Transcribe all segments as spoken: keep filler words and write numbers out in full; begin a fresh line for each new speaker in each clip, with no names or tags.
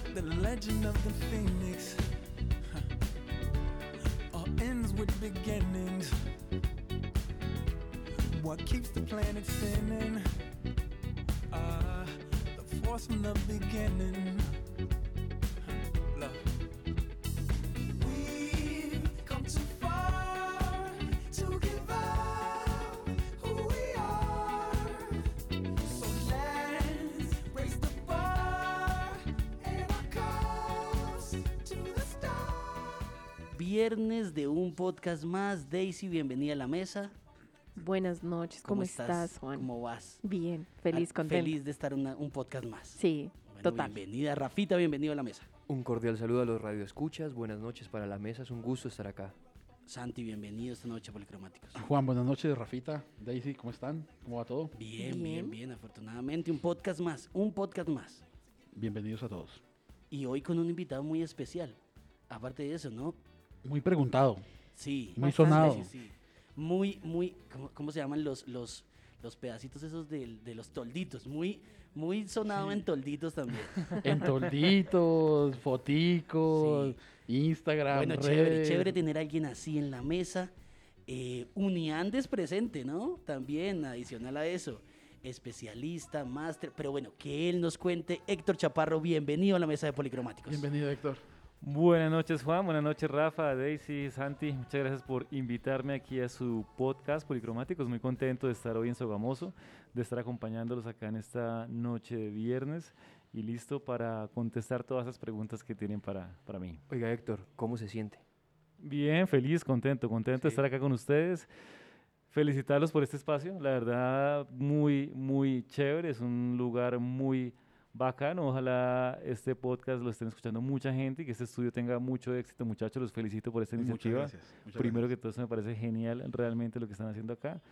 The legend of the phoenix huh. All ends with beginnings. What keeps the planet spinning? Uh, the force from the beginning. Huh. Love. We've come too far to give up who we are. So let's raise the bar and our cups to the stars.
Viernes de un podcast más. Daisy, bienvenida a la mesa.
Buenas noches, ¿cómo, ¿Cómo estás, Juan?
¿Cómo vas?
Bien, feliz,
ah,
contento.
Feliz de estar en un podcast más.
Sí,
bueno,
total.
Bienvenida, Rafita, bienvenido a la mesa.
Un cordial saludo a los radioescuchas, buenas noches para la mesa, es un gusto estar acá.
Santi, bienvenido esta noche a Policromáticos.
Juan, buenas noches, Rafita, Daisy, ¿cómo están? ¿Cómo va todo?
Bien, bien,
Bien,
bien, afortunadamente un podcast más, un podcast más.
Bienvenidos a todos.
Y hoy con un invitado muy especial. Aparte de eso, ¿no?
Muy preguntado.
Sí.
Muy
bastante,
sonado.
Sí, sí. Muy, muy, ¿cómo, cómo se llaman los, los, los pedacitos esos de, de los tolditos? Muy, muy sonado
Sí.
en tolditos también.
En tolditos, foticos, Instagram,
Bueno,
redes.
chévere, chévere tener a alguien así en la mesa. Eh, Uniandes presente, ¿no? También, adicional a eso. Especialista, máster, pero bueno, que él nos cuente. Héctor Chaparro, bienvenido a la mesa de Policromáticos.
Bienvenido, Héctor.
Buenas noches, Juan, buenas noches, Rafa, Daisy, Santi, muchas gracias por invitarme aquí a su podcast Policromáticos. Muy contento de estar hoy en Sogamoso, de estar acompañándolos acá en esta noche de viernes y listo para contestar todas esas preguntas que tienen para, para mí.
Oiga, Héctor, ¿cómo se siente?
Bien, feliz, contento, contento de
Sí.
estar acá con ustedes. Felicitarlos por este espacio, la verdad muy, muy chévere, es un lugar muy bacano. Ojalá este podcast lo estén escuchando mucha gente y que este estudio tenga mucho éxito, muchachos. Los felicito por esta
Muchas
iniciativa.
gracias. muchas
Primero
gracias.
que todo, eso me parece genial realmente lo que están haciendo acá.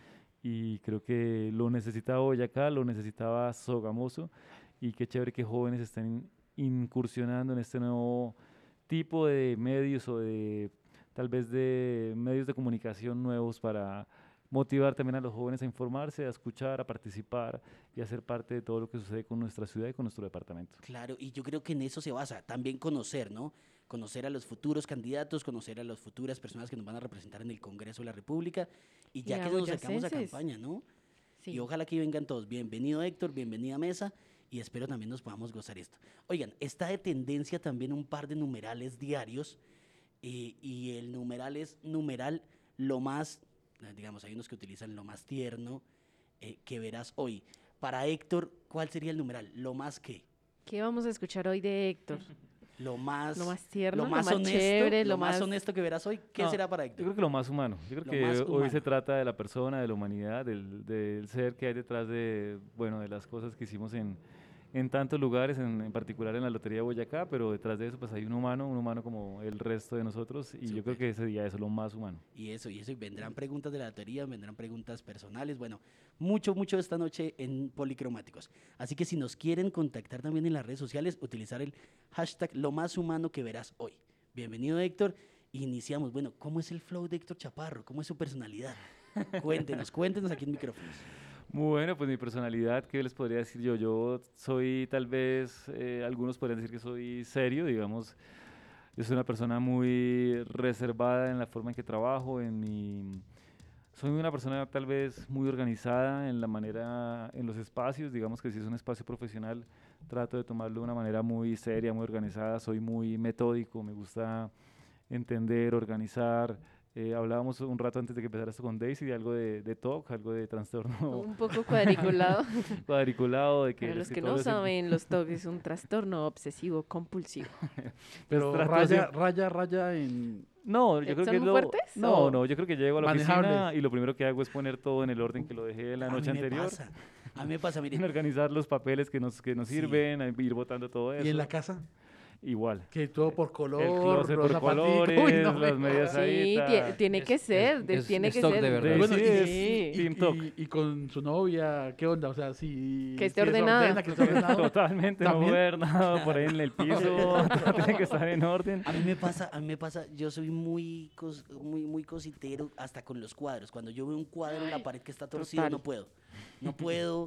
Y creo que lo necesitaba Boyacá, lo necesitaba Sogamoso. Y qué chévere que jóvenes estén incursionando en este nuevo tipo de medios o de tal vez de medios de comunicación nuevos para motivar también a los jóvenes a informarse, a escuchar, a participar y a ser parte de todo lo que sucede con nuestra ciudad y con nuestro departamento.
Claro, y yo creo que en eso se basa, también conocer, ¿no? Conocer a los futuros candidatos, conocer a las futuras personas que nos van a representar en el Congreso de la República, y ya
Y
que nos sacamos a
boyacenses.
campaña, ¿no?
Sí.
Y ojalá que vengan todos. Bienvenido, Héctor, bienvenida Mesa, y espero también nos podamos gozar esto. Oigan, está de tendencia también un par de numerales diarios, eh, y el numeral es numeral lo más, eh, digamos, hay unos que utilizan lo más tierno eh, que verás hoy. Para Héctor, ¿cuál sería el numeral? ¿Lo más qué?
¿Qué vamos a escuchar hoy de Héctor?
Lo más,
Lo más tierno,
lo
lo
más
más
honesto,
chévere,
lo
lo
más
más-
honesto que verás hoy. ¿Qué
No,
será para
Yo
Héctor?
creo que lo más humano. Yo
Lo
creo
más
que hoy
humano.
se trata de la persona, de la humanidad, del, del ser que hay detrás de, bueno, de las cosas que hicimos en, en tantos lugares, en, en particular en la Lotería de Boyacá, pero detrás de eso pues hay un humano, un humano como el resto de nosotros y yo
Súper.
creo que ese día eso es lo más humano.
Y eso, y eso, y vendrán preguntas de la teoría, vendrán preguntas personales, bueno, mucho, mucho esta noche en Policromáticos. Así que si nos quieren contactar también en las redes sociales, utilizar el hashtag lo más humano que verás hoy. Bienvenido, Héctor. Iniciamos. Bueno, ¿cómo es el flow de Héctor Chaparro? ¿Cómo es su personalidad? Cuéntenos, cuéntenos aquí en micrófonos.
Bueno, pues mi personalidad, ¿qué les podría decir yo? Yo soy tal vez, eh, algunos podrían decir que soy serio, digamos. Yo soy una persona muy reservada en la forma en que trabajo, en mi... Soy una persona tal vez muy organizada en la manera, en los espacios, digamos que si es un espacio profesional, trato de tomarlo de una manera muy seria, muy organizada, soy muy metódico, me gusta entender, organizar. Eh, hablábamos un rato antes de que empezara esto con Daisy de algo de, de T O C, algo de trastorno
Un poco cuadriculado.
cuadriculado, de que
Para
el
los que
escritor
no
es el-
saben, los T O C es un trastorno obsesivo compulsivo.
Pero
trato
raya,
de-
raya, raya en...
No, yo creo
¿Son
que es
muy
lo...
fuertes?
No,
¿O
no, yo creo que llego a la oficina
manejables?
y lo primero que hago es poner todo en el orden que lo dejé la
A
noche
mí me
anterior.
pasa, a mí me pasa,
En
miren,
organizar los papeles que nos, que nos
Sí.
sirven, a ir botando todo eso.
¿Y en la casa?
Igual.
Que todo por color,
El closet
los
por
zapaticos.
colores,
Uy, no me
las medias
jodas.
Sí,
Ahí
ti-
está.
tiene que
Es-
ser,
es-
de-
es-
tiene
es
que
toc
ser.
de verdad.
Bueno,
Sí,
y,
es
y-
Team
y-
Talk.
y con su novia, ¿qué onda? O sea, si...
Que esté
si
ordenada.
desordena, que esté ordenado.
Totalmente, no
¿También?
mover nada por ahí en el piso, todo tiene que estar en orden.
a mí me pasa, a mí me pasa, yo soy muy, cos- muy, muy cositero hasta con los cuadros. Cuando yo veo un cuadro en la pared que está torcido,
total.
no puedo, no puedo.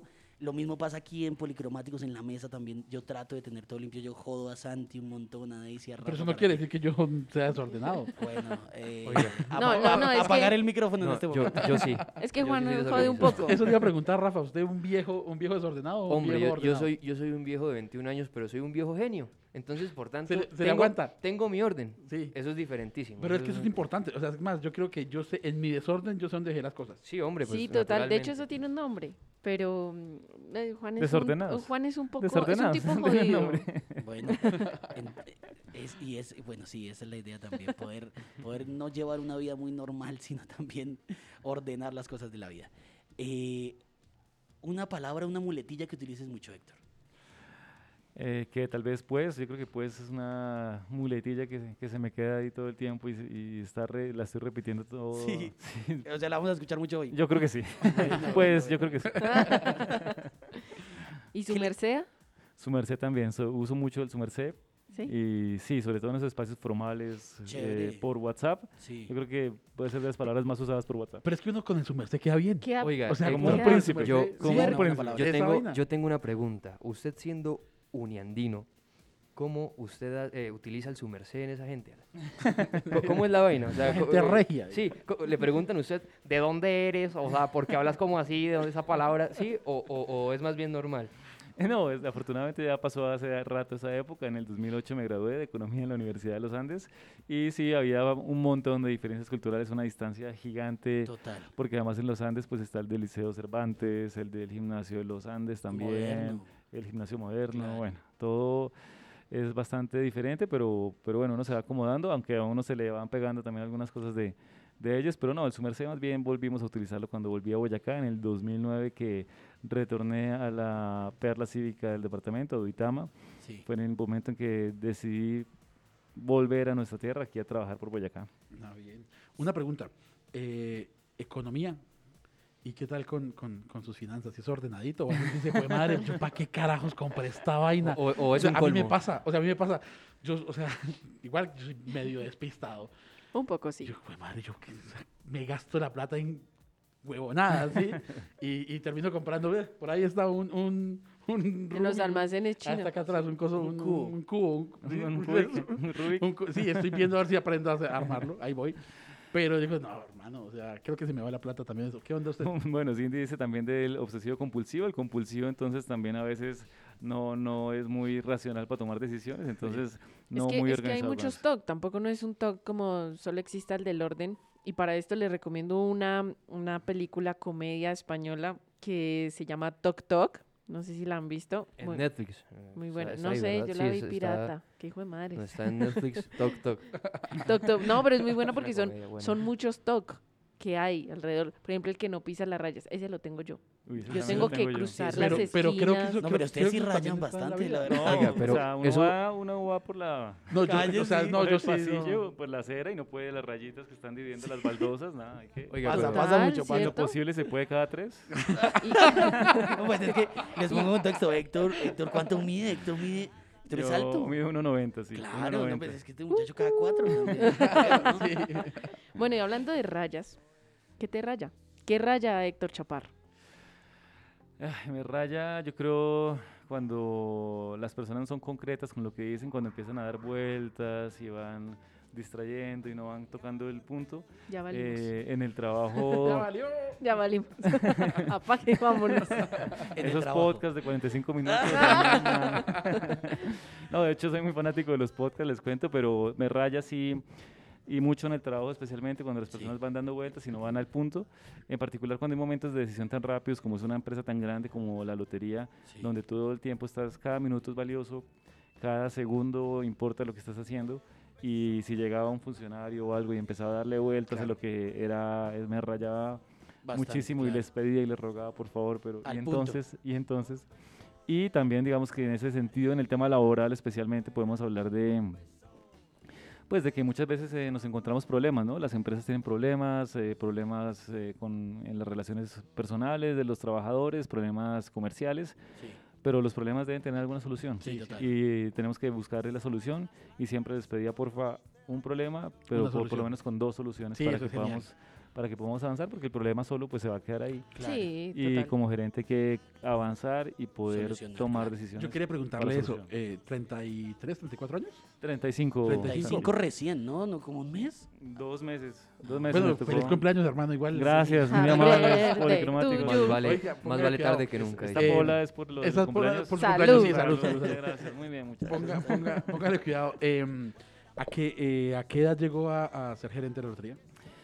Lo mismo pasa aquí en Policromáticos, en la mesa también. Yo trato de tener todo limpio. Yo jodo a Santi un montón, a Daisy, a Rafa.
Pero eso no
para
quiere
que-
decir que yo sea desordenado.
Bueno, eh,
Oiga.
apa-
No, no, no,
a-
es que-
apagar el micrófono en
No,
este
yo,
momento.
yo sí.
Es que
Yo sí
Juan
soy
jode un
desorganizado.
poco.
Eso le iba a preguntar, Rafa, ¿usted un viejo, un viejo desordenado o un
Hombre,
viejo
yo, yo
ordenado?
soy, yo soy un viejo de veintiún años, pero soy un viejo genio. Entonces, por tanto,
Se le- se le
tengo,
aguanta.
tengo mi orden.
Sí.
Eso es diferentísimo.
Pero es que eso es importante. O sea, es más, yo creo que yo sé, en mi desorden, yo sé dónde dejé las cosas.
Sí, hombre, pues
Sí, total. De hecho,
naturalmente.
eso tiene un nombre. Pero mm, eh, Juan es un,
Desordenados.
Juan es un poco, es un
Desordenados.
tipo
Tiene
jodido.
nombre.
Bueno, en- es, y es, bueno, sí, esa es la idea también, poder, poder no llevar una vida muy normal, sino también ordenar las cosas de la vida. Eh, una palabra, una muletilla que utilices mucho, Héctor.
Eh, que tal vez pues, yo creo que pues es una muletilla que, que se me queda ahí todo el tiempo y, se- y está re- la estoy repitiendo todo.
Sí.
sí.
O sea, la vamos a escuchar mucho hoy.
Yo creo que sí.
Bueno,
pues
bueno,
yo creo que sí.
¿Y su merced?
Su merced también, so- uso mucho el su merced.
Sí.
Y sí, sobre todo en esos espacios formales eh,
Chévere.
por WhatsApp.
Sí.
Yo creo que puede ser de las palabras más usadas por WhatsApp.
Pero es que uno con el su merced queda bien.
¿Qué ha-
Oiga,
O sea,
eh,
como
como
un
queda?
príncipe.
yo-
Sí,
como
sí,
un
una
príncipe.
palabra.
Yo
Esa
tengo,
vaina.
yo tengo una pregunta. Usted siendo uniandino, ¿cómo usted eh, utiliza el su merced en esa gente? Co- ¿Cómo es la vaina? O sea,
La
co-
gente
eh,
regia.
Sí, co- le preguntan a usted, ¿de dónde eres? O sea, ¿por qué hablas como así? ¿De dónde esa palabra? ¿Sí? ¿O, o- o es más bien normal?
No, es- afortunadamente ya pasó hace rato esa época. En el dos mil ocho me gradué de Economía en la Universidad de los Andes y sí, había un montón de diferencias culturales, una distancia gigante,
Total.
porque además en los Andes pues está el del Liceo Cervantes, el del Gimnasio de los Andes también,
Moderno.
el Gimnasio Moderno,
Claro.
bueno, todo es bastante diferente, pero, pero bueno, uno se va acomodando, aunque a uno se le van pegando también algunas cosas de, de ellos, pero no, el su merced más bien volvimos a utilizarlo cuando volví a Boyacá en el dos mil nueve, que retorné a la perla cívica del departamento, de Uitama.
Sí.
Fue en el momento en que decidí volver a nuestra tierra, aquí a trabajar por Boyacá.
Ah, bien. Una pregunta. eh, economía. ¿Y qué tal con, con, con sus finanzas? ¿Si es ordenadito? O a veces dice, pues madre, ¿yo para qué carajos compré esta vaina?
O, o es
sea,
un
a mí me
colmo.
pasa, o sea, a mí me pasa. Yo, o sea, igual yo soy medio despistado.
Un poco sí.
Yo, pues madre, yo que- o sea, me gasto la plata en huevonadas, ¿sí? y, y termino comprando, ve, por ahí está un... un, un
En los
Rubik.
almacenes
Ah, está
chinos.
acá atrás, un coso,
Un
un,
cubo.
un cubo. un- sí,
Un
un-
Rubik, un Rubik.
un cu- sí, estoy viendo a ver si aprendo a hacer- a armarlo, ahí voy. Pero digo, no, hermano, o sea, creo que se me va la plata también eso. ¿Qué onda usted?
Bueno, Cindy dice también del obsesivo compulsivo. El compulsivo entonces también a veces no, no es muy racional para tomar decisiones, entonces no
es que,
muy
es que hay
organizado. con
muchos
eso.
T O C, tampoco no es un T O C como solo exista el del orden. Y para esto les recomiendo una, una película comedia española que se llama Toc Toc. No sé si la han visto.
En
Muy,
Netflix. eh,
muy
está-
buena.
está
No
ahí,
sé,
¿verdad?
yo
Sí,
la vi
es- está-
pirata. Qué hijo de madre.
no, está en Netflix, Toc Toc.
Toc Toc. No, pero es muy buena
Es una
porque son,
comedia buena.
son muchos T O C que hay alrededor. Por ejemplo, el que no pisa las rayas. Ese lo tengo yo.
Uy, ese
Yo
también
tengo
lo
que
tengo yo.
cruzar
Sí,
las
pero- pero creo que
esquinas.
eso-
No, pero ustedes
creo
sí
que
rayan
también está en la
bastante, la
vida.
verdad.
No,
Oiga, pero
o sea, uno,
eso-
va, uno va por la
No, yo,
Calle,
o sea,
sí,
no,
por
yo
el
sí.
pasillo,
no.
por la acera y no puede las rayitas que están dividiendo las baldosas, nada. Hay que,
Oiga,
Pasa,
pero-
pasa
Total,
mucho, pasa.
lo
¿cierto?
posible se puede cada tres.
Y-
No, pues es que les pongo un contexto. Héctor, Héctor, ¿cuánto mide? Héctor mide... ¿Héctor es
Yo
alto?
mido uno noventa, sí.
Claro, no,
uno noventa.
pues es que este muchacho cada cuatro. ¿no? ¿no?
Bueno, y hablando de rayas, ¿qué te raya? ¿Qué raya Héctor Chaparro?
Ay, me raya, yo creo, cuando las personas no son concretas con lo que dicen, cuando empiezan a dar vueltas y van distrayendo y no van tocando el punto.
Ya valimos.
Eh, en el
Ya
trabajo,
valió.
Ya valimos. Apague, vámonos.
En el
esos
trabajo.
podcasts de cuarenta y cinco minutos. a mí me- no, de hecho soy muy fanático de los podcasts, les cuento, pero me raya así y mucho en el trabajo, especialmente cuando las
Sí.
personas van dando vueltas y no van al punto. En particular cuando hay momentos de decisión tan rápidos como es una empresa tan grande como la lotería,
Sí.
donde todo el tiempo estás, cada minuto es valioso, cada segundo importa lo que estás haciendo. Y si llegaba un funcionario o algo y empezaba a darle vueltas a
Claro.
lo que era, eh, me rayaba
Bastante,
muchísimo y
claro.
les pedía y les rogaba por favor, pero
Al
y
punto.
entonces, y entonces, y también digamos que en ese sentido, en el tema laboral especialmente, podemos hablar de, pues de que muchas veces eh, nos encontramos problemas, ¿no? Las empresas tienen problemas, eh, problemas eh, con, en las relaciones personales de los trabajadores, problemas comerciales,
Sí.
pero los problemas deben tener alguna solución.
Sí, total.
Y tenemos que buscar la solución y siempre les pedía porfa un problema, pero
Una
por, por lo
solución.
menos con dos soluciones
Sí,
para
eso
que
es genial.
podamos para que podamos avanzar, porque el problema solo pues se va a quedar ahí.
Claro.
Sí,
Y
total.
como gerente hay que avanzar y poder
Solucionar,
tomar
claro.
decisiones.
Yo quería preguntarle
para la
eso.
solución.
Eh, ¿treinta y tres, treinta y cuatro años?
treinta y cinco.
treinta y
Cinco recién, ¿no? ¿No? Como un mes.
Dos meses. Dos meses.
Bueno,
me tocó.
feliz cumpleaños, hermano, igual.
Gracias, muy
Happy
amables,
birthday
policromáticos.
to
Más
you.
vale,
Oiga,
más
póngale
vale
cuidado.
tarde que nunca.
Esta
Eh,
bola es por los
Esa es por,
cumpleaños.
por su
Salud.
cumpleaños, sí,
Salud,
salud, salud,
muchas
salud.
gracias, muy bien, muchas
Ponga,
gracias.
ponga, póngale cuidado. Eh, ¿a, qué, eh, ¿A qué edad llegó a, a ser gerente de la lotería?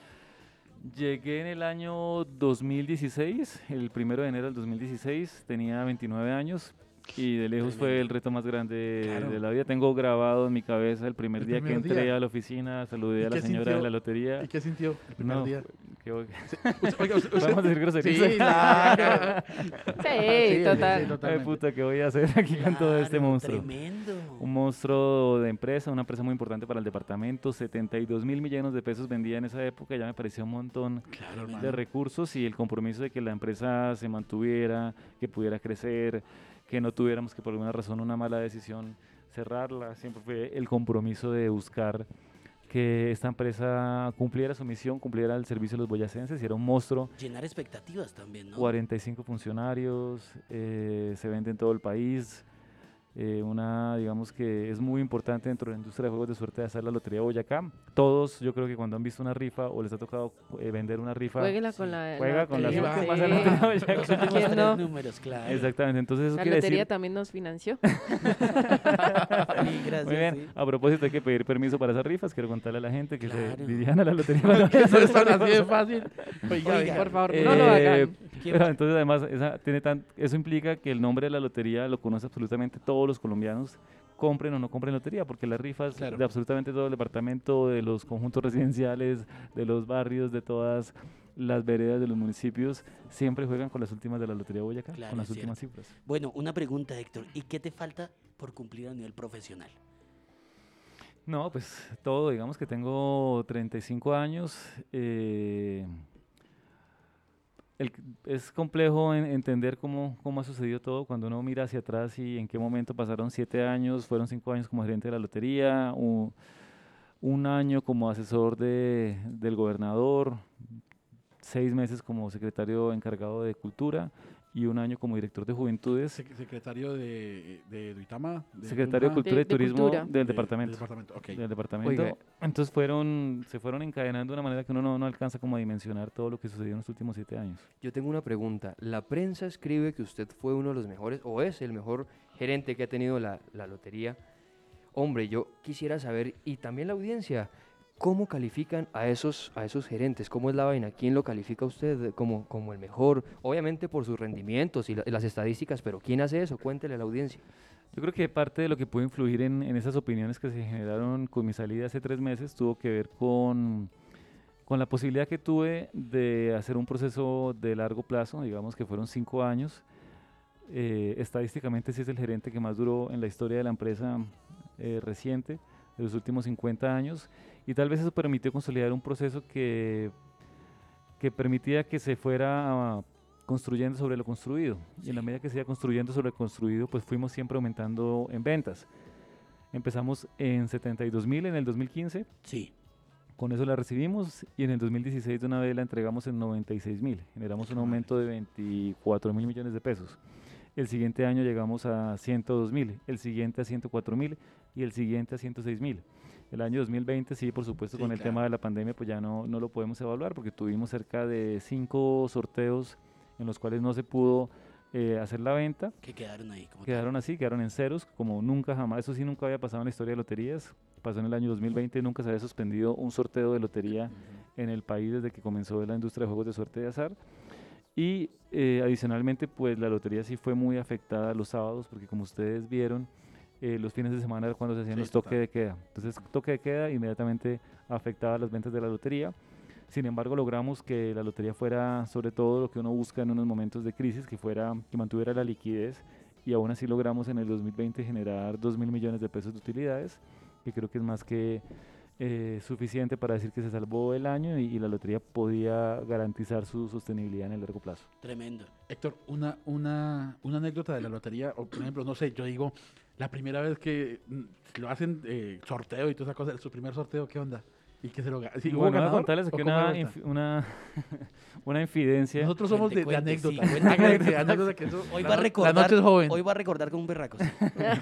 Llegué en el año dos mil dieciséis, el primero de enero del dos mil dieciséis, tenía veintinueve años y de lejos fue
Tremendo.
el reto más grande
Claro.
de la vida. Tengo grabado en mi cabeza el primer
El
día
primer
que entré
día.
a la oficina, saludé
¿Y
a la
qué
señora de
sintió?
la lotería.
¿Y qué sintió el primer
No,
día?
qué bo-
Usted- oiga, usted- usted-
Vamos a decir groserías.
Sí, claro.
Sí, total.
Ay,
totalmente.
puta, ¿qué voy a hacer aquí con todo este
Claro,
monstruo?
Tremendo.
Un monstruo de empresa, una empresa muy importante para el departamento, setenta y dos mil millones de pesos vendía en esa época, ya me parecía un montón
Claro,
de
hermano.
recursos y el compromiso de que la empresa se mantuviera, que pudiera crecer, que no tuviéramos que por alguna razón una mala decisión cerrarla, siempre fue el compromiso de buscar que esta empresa cumpliera su misión, cumpliera el servicio de los boyacenses y era un monstruo.
Llenar expectativas también, ¿no?
cuarenta y cinco funcionarios, eh, se vende en todo el país. eh, una, digamos que es muy importante dentro de la industria de juegos de suerte de hacer la Lotería Boyacá. Todos, yo creo que cuando han visto una rifa o les ha tocado eh, vender una rifa,
Jueguela con la.
Juega con la
lotería,
suerte
más
sí.
adelante de Boyacá.
Los últimos
¿Quién
tres
no?
números, claro.
exactamente, entonces eso
La
quiere
lotería
decir...
también nos financió.
Sí, gracias.
Muy bien,
sí.
a propósito hay que pedir permiso para esas rifas, quiero contarle a la gente que
Claro.
se dirijan a la Lotería cuando vayan a
Eso
hacer
es
esas
tan así de
rifas.
fácil. Oiga,
Oiga,
oiga.
Por favor,
Eh,
no lo hagan.
pero entonces además esa tiene tan, eso implica que el nombre de la lotería lo conoce absolutamente todos los colombianos, compren o no compren lotería, porque las rifas
Claro.
de absolutamente todo el departamento, de los conjuntos residenciales, de los barrios, de todas las veredas de los municipios, siempre juegan con las últimas de la Lotería Boyacá,
Claro,
con las
es
últimas
cierto.
cifras.
Bueno, una pregunta, Héctor. ¿Y qué te falta por cumplir a nivel profesional?
No, pues todo, digamos que tengo treinta y cinco años. eh, el- es complejo en- entender cómo, cómo ha sucedido todo cuando uno mira hacia atrás y en qué momento pasaron siete años, fueron cinco años como gerente de la lotería, u- un año como asesor de, del gobernador, seis meses como secretario encargado de cultura y un año como director de juventudes.
Sec- Secretario de, de Duitama. de
Secretario de
Tunja,
Cultura
De-
y
de
Turismo
Cultura.
del
de-
departamento.
Del departamento, ok.
Del departamento.
Oiga.
Entonces fueron, se fueron encadenando de una manera que uno no, no alcanza como a dimensionar todo lo que sucedió en los últimos siete años.
Yo tengo una pregunta. La prensa escribe que usted fue uno de los mejores, o es el mejor gerente que ha tenido la, la lotería. Hombre, yo quisiera saber, y también la audiencia, ¿cómo califican a esos, a esos gerentes? ¿Cómo es la vaina? ¿Quién lo califica a usted como, como el mejor? Obviamente por sus rendimientos y la- las estadísticas, pero ¿quién hace eso? Cuéntele a la audiencia.
Yo creo que parte de lo que pudo influir en, en esas opiniones que se generaron con mi salida hace tres meses tuvo que ver con, con la posibilidad que tuve de hacer un proceso de largo plazo, digamos que fueron cinco años. Eh, estadísticamente sí es el gerente que más duró en la historia de la empresa eh, reciente, de los últimos cincuenta años, y tal vez eso permitió consolidar un proceso que, que permitía que se fuera ah, construyendo sobre lo construido. Y en la medida que se iba construyendo sobre lo construido, pues fuimos siempre aumentando en ventas. Empezamos en setenta y dos mil en el dos mil quince,
Sí.
con eso la recibimos y en el dos mil dieciséis de una vez la entregamos en noventa y seis mil. Generamos un aumento de veinticuatro mil millones de pesos. El siguiente año llegamos a ciento dos mil, el siguiente a ciento cuatro mil y el siguiente a ciento seis mil. El año dos mil veinte, sí, por supuesto,
Sí,
con el
claro.
tema de la pandemia, pues ya no, no lo podemos evaluar porque tuvimos cerca de cinco sorteos en los cuales no se pudo eh, hacer la venta.
Que quedaron ahí. Como tal.
Quedaron así, quedaron en ceros, como nunca jamás, eso sí nunca había pasado en la historia de loterías. Pasó en el año dos mil veinte, nunca se había suspendido un sorteo de lotería en el país desde que comenzó la industria de juegos de suerte de azar. Y eh, adicionalmente, pues la lotería sí fue muy afectada los sábados, porque como ustedes vieron, eh, los fines de semana era cuando se hacían
Sí,
los toques
total.
de queda. Entonces, toque de queda inmediatamente afectaba las ventas de la lotería. Sin embargo, logramos que la lotería fuera sobre todo lo que uno busca en unos momentos de crisis, que fuera, que mantuviera la liquidez, y aún así logramos en el dos mil veinte generar dos mil millones de pesos de utilidades, que creo que es más que eh, suficiente para decir que se salvó el año y, y la lotería podía garantizar su sostenibilidad en el largo plazo.
Tremendo.
Héctor, una, una, una anécdota de la lotería, o por ejemplo, no sé, yo digo, la primera vez que mm, lo hacen eh, sorteo y toda esa cosa, su primer sorteo, ¿qué onda? Y que se lo ga- sí, ¿hubo
Bueno, voy a
ganador?
contarles
¿O
aquí
cómo
una,
era la vuelta?
infi- una, una infidencia.
Nosotros somos de,
Cuente,
de
cuente,
anécdota.
sí, cuente,
Hágale
cuente.
que anécdota que eso-
Hoy
la
va a
no-
recordar,
La noche es joven.
hoy va a recordar con un berraco. sí.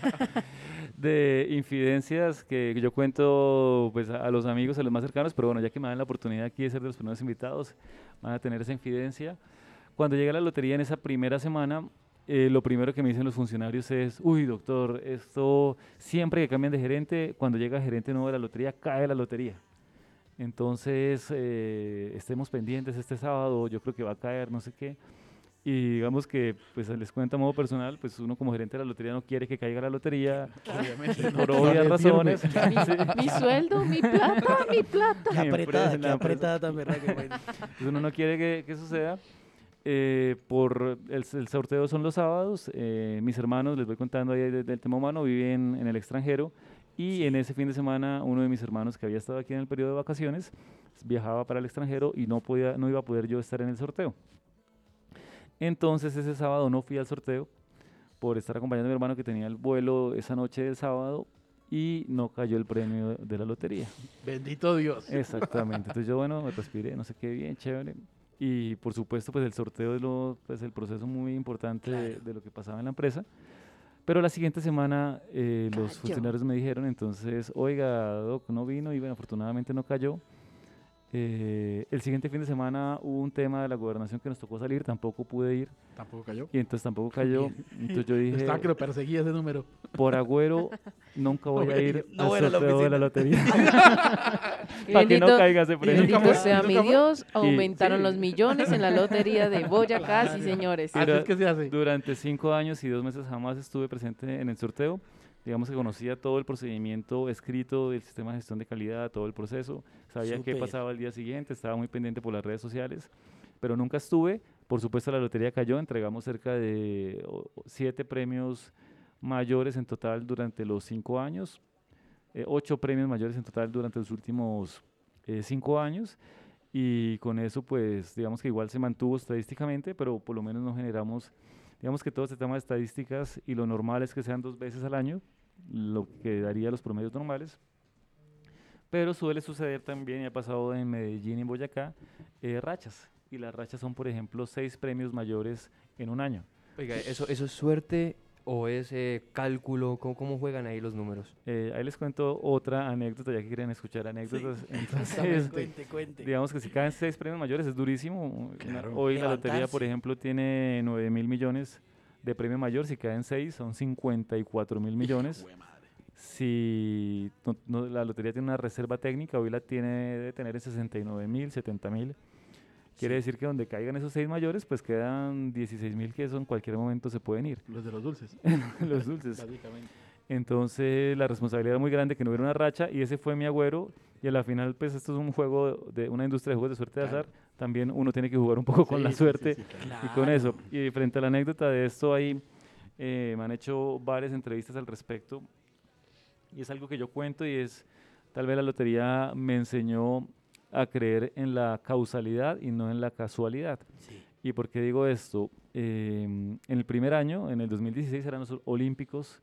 De infidencias que yo cuento pues a, a los amigos, a los más cercanos, pero bueno, ya que me dan la oportunidad aquí de ser de los primeros invitados, van a tener esa infidencia. Cuando llega la lotería en esa primera semana, eh, lo primero que me dicen los funcionarios es, uy, doctor, esto siempre que cambian de gerente, cuando llega gerente nuevo de la lotería, cae la lotería. Entonces, eh, estemos pendientes este sábado, yo creo que va a caer, no sé qué. Y digamos que, pues les cuento a modo personal, pues uno como gerente de la lotería no quiere que caiga la lotería,
Obviamente.
por
no,
obvias
el
razones.
viernes.
Mi, mi sueldo, mi plata, mi plata.
Qué apretada,
empresa,
qué
la
apretada tan berraca. bueno.
Entonces uno no quiere que, que suceda. Eh, por el, el sorteo son los sábados. eh, mis hermanos, les voy contando ahí de- del tema humano, viven en el extranjero. Y en ese fin de semana, uno de mis hermanos que había estado aquí en el periodo de vacaciones, viajaba para el extranjero y no, podía, no iba a poder yo estar en el sorteo. Entonces ese sábado no fui al sorteo por estar acompañando a mi hermano que tenía el vuelo esa noche del sábado y no cayó el premio de, de la lotería.
Bendito Dios.
Exactamente. Entonces yo, bueno, me respiré, no sé qué, bien, chévere. Y por supuesto, pues el sorteo es lo, pues, el proceso muy importante de,
Claro.
de lo que pasaba en la empresa. Pero la siguiente semana eh, los
Cayó.
funcionarios me dijeron, entonces, oiga, Doc, no vino y bueno, afortunadamente no cayó. Eh, el siguiente fin de semana hubo un tema de la gobernación que nos tocó salir, tampoco pude ir
Tampoco cayó.
y entonces tampoco cayó. Entonces yo dije,
Estaba que lo perseguía ese número.
por agüero, nunca voy
No
a ir
no
al
voy a ir a la
sorteo de la
oficina.
lotería.
Y
Para que no
bendito-
caiga ese
y
premio.
bendito
fue,
sea
nunca
mi
fue.
Dios, aumentaron
sí.
los millones en la lotería de Boyacá, sí señores.
Así
Era-
es que se hace.
Durante cinco años y dos meses jamás estuve presente en el sorteo. Digamos que conocía todo el procedimiento escrito del sistema de gestión de calidad, todo el proceso. Sabía qué
Súper.
pasaba el día siguiente, estaba muy pendiente por las redes sociales, pero nunca estuve. Por supuesto, la lotería cayó. Entregamos cerca de o- o siete premios mayores en total durante los cinco años. eh, ocho premios mayores en total durante los últimos eh, cinco años. Y con eso, pues, digamos que igual se mantuvo estadísticamente, pero por lo menos no generamos, digamos que todo este tema de estadísticas y lo normal es que sean dos veces al año, lo que daría los promedios normales. Pero suele suceder también, y ha pasado en Medellín y en Boyacá, eh, rachas. Y las rachas son, por ejemplo, seis premios mayores en un año.
Oiga, ¿eso, eso es suerte o es eh, cálculo? ¿Cómo, cómo juegan ahí los números?
Eh, ahí les cuento otra anécdota, ya que quieren escuchar anécdotas. Entonces,
cuente, cuente.
digamos que si caen seis premios mayores es durísimo. Una-
Claro.
Hoy la lotería, por
Levantarse.
ejemplo, tiene nueve mil millones de premio mayor. Si caen seis, son cincuenta y cuatro mil millones.
Jue madre.
Si no- no- la lotería tiene una reserva técnica, hoy la tiene de tener en sesenta y nueve mil, setenta mil. Quiere
Sí.
decir que donde caigan esos seis mayores, pues quedan dieciséis mil que eso en cualquier momento se pueden ir.
Los de los dulces.
Los dulces.
Básicamente.
Entonces la responsabilidad era muy grande que no hubiera una racha y ese fue mi agüero y a la final pues esto es un juego de una industria de juegos de suerte de
Claro.
azar, también uno tiene que jugar un poco con
Sí,
la
sí, sí,
suerte
sí, claro.
y con eso.
Claro.
Y frente a la anécdota de esto ahí eh, me han hecho varias entrevistas al respecto y es algo que yo cuento y es tal vez la lotería me enseñó a creer en la causalidad y no en la casualidad.
Sí.
¿Y por qué digo esto? Eh, en el primer año, en el dos mil dieciséis, eran los Olímpicos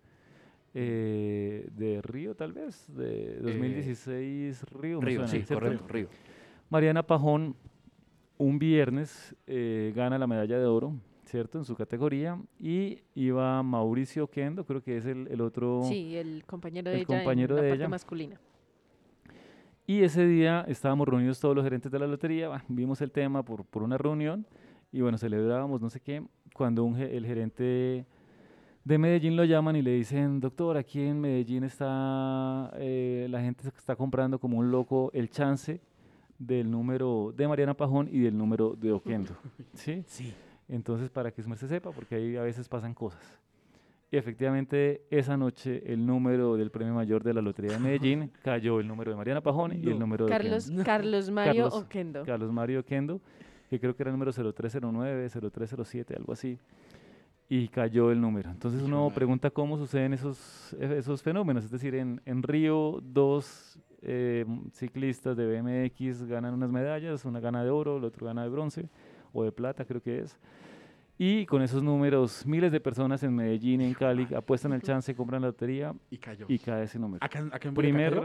eh, de Río, tal vez, de dos mil dieciséis Río. me
Río,
suena,
sí,
¿cierto?
correcto, Río.
Mariana Pajón, un viernes, eh, gana la medalla de oro, ¿cierto? En su categoría. Y iba Mauricio Kendo, creo que es el, el otro.
Sí, el compañero de
el
ella
compañero
en la
de
parte
ella.
masculina.
Y ese día estábamos reunidos todos los gerentes de la lotería, bah, vimos el tema por, por una reunión y bueno, celebrábamos no sé qué, cuando un, ge- el gerente de Medellín lo llaman y le dicen, doctor, aquí en Medellín está, eh, la gente está comprando como un loco el chance del número de Mariana Pajón y del número de Oquendo, ¿sí?
Sí.
Entonces, para que usted se sepa, porque ahí a veces pasan cosas. Y efectivamente, esa noche el número del premio mayor de la Lotería de Medellín cayó el número de Mariana Pajón y el
No.
número de
Carlos,
Oquendo.
Carlos Mario
Carlos-
Oquendo.
Carlos Mario Oquendo, que creo que era el número cero tres cero nueve, cero tres cero siete, algo así. Y cayó el número. Entonces
Hijo de
uno
madre.
pregunta cómo suceden esos, e- esos fenómenos. Es decir, en, en Río, dos eh, ciclistas de B M X ganan unas medallas, una gana de oro, el otro gana de bronce o de plata, creo que es. Y con esos números, miles de personas en Medellín y en Cali apuestan el chance, compran la lotería
Y cayó.
y cae ese número.
Acá, en- acá en Boyacá
Primer,
cayó.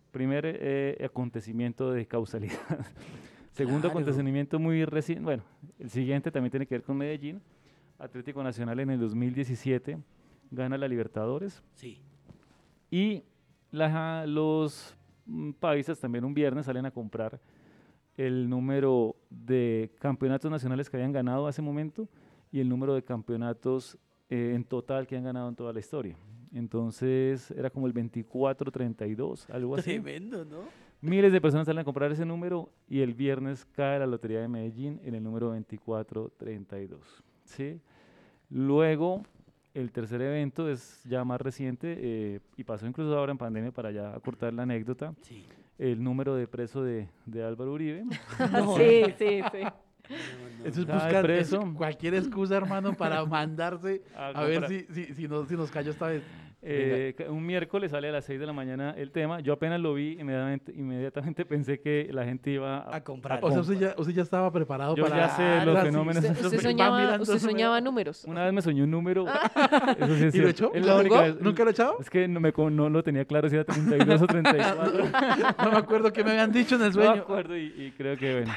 primer eh, acontecimiento de causalidad. Segundo
Claro.
acontecimiento muy reciente, bueno, el siguiente también tiene que ver con Medellín. Atlético Nacional en el dos mil diecisiete gana la Libertadores
Sí.
y la- los mm, paisas también un viernes salen a comprar el número de campeonatos nacionales que habían ganado hace momento y el número de campeonatos eh, en total que han ganado en toda la historia. Entonces era como el veinticuatro treinta y dos, algo así.
Tremendo, ¿no?
Miles de personas salen a comprar ese número y el viernes cae la Lotería de Medellín en el número veinticuatro treinta y dos. ¿Sí? Luego, el tercer evento es ya más reciente eh, y pasó incluso ahora en pandemia para ya acortar la anécdota,
Sí.
el número de preso de, de Álvaro Uribe.
No,
Sí, sí, sí.
no, no,
Eso es
no.
Cae
buscar es
preso.
cualquier excusa, hermano, para mandarse
A
a ver
comprar.
si, si, si, nos, si nos cayó esta vez.
Eh, ca- un miércoles sale a las seis de la mañana el tema. Yo apenas lo vi, inmediatamente, inmediatamente pensé que la gente iba a,
A comprar.
O sea, usted ya, usted ya estaba preparado
Yo
para...
ya sé
Claro,
los
sí,
fenómenos.
Usted, usted
Va
soñaba,
mirando
usted
ese
soñaba números.
Una vez me soñé un número. Eso sí es
¿Y lo
cierto.
echó?
Es
¿Lo
la única
jugó?
vez-
¿Nunca lo he echado?
Es que no, me, co- no lo tenía claro si era treinta y dos o treinta y cuatro.
No me acuerdo qué me habían dicho en el
No me
sueño.
acuerdo y, y creo que bueno.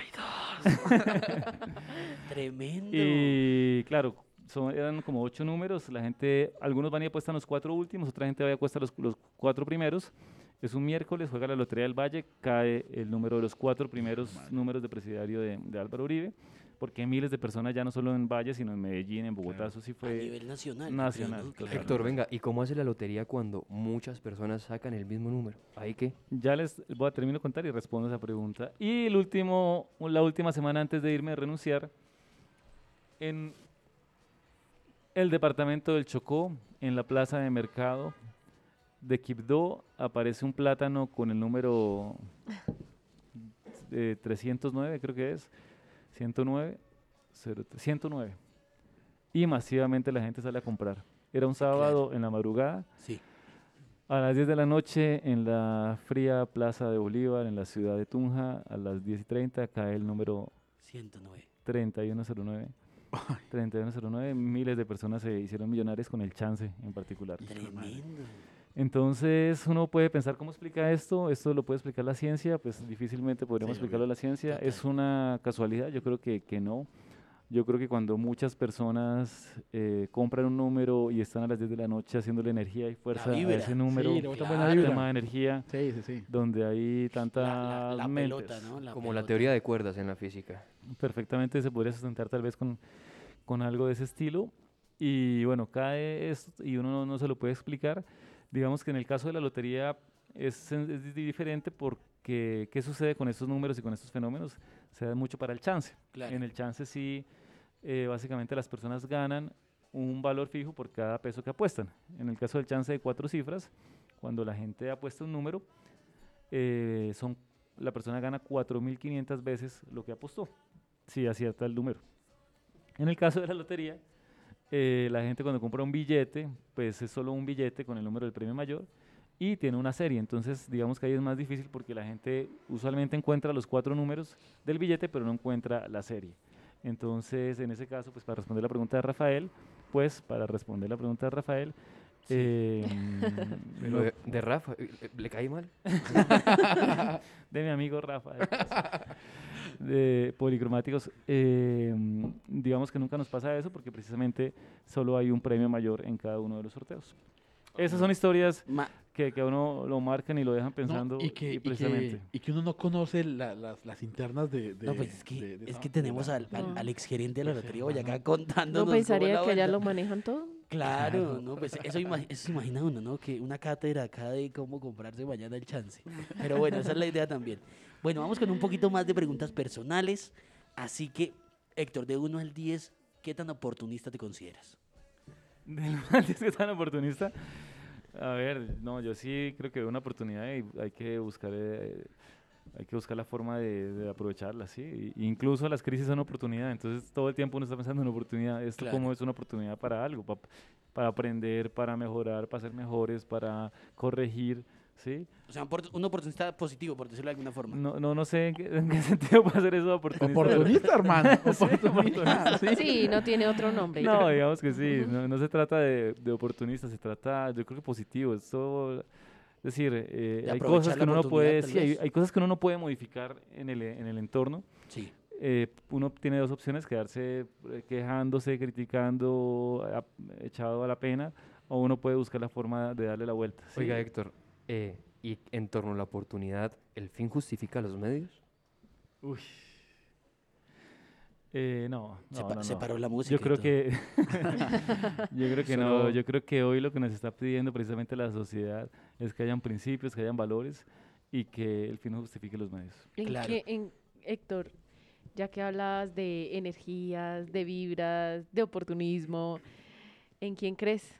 Tremendo.
Y claro, son, eran como ocho números. La gente, algunos van y apuestan los cuatro últimos, otra gente va y apuesta los, los cuatro primeros. Es un miércoles, juega la Lotería del Valle, cae el número de los cuatro primeros números de presidiario de, de Álvaro Uribe, porque miles de personas ya no solo en Valle, sino en Medellín, en Bogotá, eso sí
A
fue
nivel nacional. yo
nacional,
creo, ¿no?
claro.
Claro.
Héctor, venga, ¿y cómo hace la lotería cuando muchas personas sacan el mismo número? ¿Ahí qué?
Ya les voy a terminar de contar y respondo esa pregunta. Y el último, la última semana antes de irme a renunciar, en el departamento del Chocó, en la plaza de mercado de Quibdó, aparece un plátano con el número eh, trescientos nueve, creo que es, ciento nueve, cero tres, ciento nueve. Y masivamente la gente sale a comprar. Era un sábado en la madrugada.
Sí.
A las diez de la noche en la fría Plaza de Bolívar, en la ciudad de Tunja, a las diez y treinta cae el número
ciento nueve.
treinta y uno cero nueve. treinta y uno cero nueve, miles de personas se hicieron millonarias con el chance en particular.
Tremendo.
Entonces uno puede pensar cómo explica esto, esto lo puede explicar la ciencia, pues difícilmente podríamos
Sí,
explicarlo
obvio.
la ciencia,
Total.
es una casualidad, yo creo que, que no. Yo creo que cuando muchas personas eh, compran un número y están a las diez de la noche haciéndole energía y fuerza a
vibra.
ese número,
Sí, le botan buena
Claro.
vibra.
tema de energía,
Sí, sí, sí.
donde hay tantas
La, la, la
mentes.
pelota, ¿no? La
Como la
pelota.
teoría de cuerdas en la física.
Perfectamente se podría sustentar tal vez con, con algo de ese estilo. Y bueno, cae esto y uno no, no se lo puede explicar. Digamos que en el caso de la lotería es, sen- es di- diferente porque ¿qué sucede con estos números y con estos fenómenos? Se da mucho para el chance.
Claro.
En el chance sí, eh, básicamente las personas ganan un valor fijo por cada peso que apuestan. En el caso del chance de cuatro cifras, cuando la gente apuesta un número, eh, son, la persona gana cuatro mil quinientas veces lo que apostó, si acierta el número. En el caso de la lotería, eh, la gente cuando compra un billete, pues es solo un billete con el número del premio mayor y tiene una serie. Entonces, digamos que ahí es más difícil porque la gente usualmente encuentra los cuatro números del billete, pero no encuentra la serie. Entonces, en ese caso, pues para responder la pregunta de Rafael, pues para responder la pregunta de Rafael, eh,
Pero
no-
de, de Rafa, eh, eh, ¿le cae mal?
de mi amigo Rafa, de, de Policromáticos, eh, digamos que nunca nos pasa eso porque precisamente solo hay un premio mayor en cada uno de los sorteos. Esas son historias
Ma-
que, que a uno lo marcan y lo dejan
No,
pensando
y, que,
y
y,
precisamente.
que, y que uno no conoce la- las, las internas de, de-
no, pues es que,
de- de
es
esa-
que
de
tenemos
la-
al, al,
No.
al exgerente de la
Pues,
Lotería Boyacá
hermano.
contándonos.
No pensaría
cómo
que
es la
allá lo
vuelta.
manejan todo.
Claro,
Claro.
no, pues eso, ima- eso se imagina uno, ¿no? Que una cátedra acá de cómo comprarse mañana el chance. Pero bueno, esa es la idea también. Bueno, vamos con un poquito más de preguntas personales. Así que, Héctor, de uno al diez, ¿qué tan oportunista te consideras?
Del antes que tan oportunista. A ver, no, yo sí creo que veo una oportunidad y hay que buscar, eh, hay que buscar la forma de, de aprovecharla, sí. Y- incluso las crisis son oportunidad, entonces todo el tiempo uno está pensando en oportunidad. Esto
Claro.
como es una oportunidad para algo, pa- para aprender, para mejorar, para ser mejores, para corregir, sí.
O sea, un opor- un oportunista positivo, por decirlo de alguna forma.
No, no, no sé en qué, en qué sentido puede ser eso oportunista. pero-
Oportunista, hermano.
Sí,
Oportunista, sí.
Sí, no tiene otro nombre.
No, digamos que sí, no, no se trata de, de oportunista, se trata, yo creo que positivo. Esto, Es decir, eh,
De
hay
aprovechar
cosas que
la
uno no puede,
oportunidad,
sí,
tal
hay,
vez.
hay cosas que uno no puede modificar en el, en el entorno.
Sí,
Eh, uno tiene dos opciones: quedarse eh, quejándose, criticando, a- echado a la pena, o uno puede buscar la forma de darle la vuelta. ¿Sí?
Oiga, Héctor, eh, y en torno a la oportunidad, ¿el fin justifica los medios?
Uy. Eh, no,
se,
no,
pa-
no,
se
no.
paró la música.
Yo
y
creo
todo.
que yo creo que no,
Solo-
yo creo que hoy lo que nos está pidiendo precisamente la sociedad es que hayan principios, que hayan valores y que el fin no justifique los medios.
¿En
Claro.
qué, en, Héctor, ya que hablas de energías, de vibras, de oportunismo, ¿en quién crees?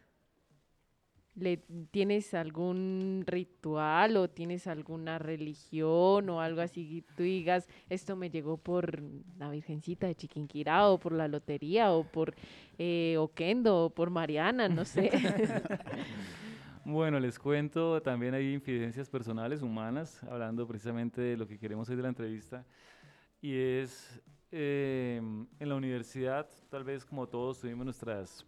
¿Le tienes algún ritual o tienes alguna religión o algo así que tú digas, esto me llegó por la Virgencita de Chiquinquirá o por la lotería o por eh, Oquendo o por Mariana, no sé?
Bueno, les cuento, también hay infidencias personales, humanas, hablando precisamente de lo que queremos hoy de la entrevista, y es eh, en la universidad, tal vez como todos tuvimos nuestras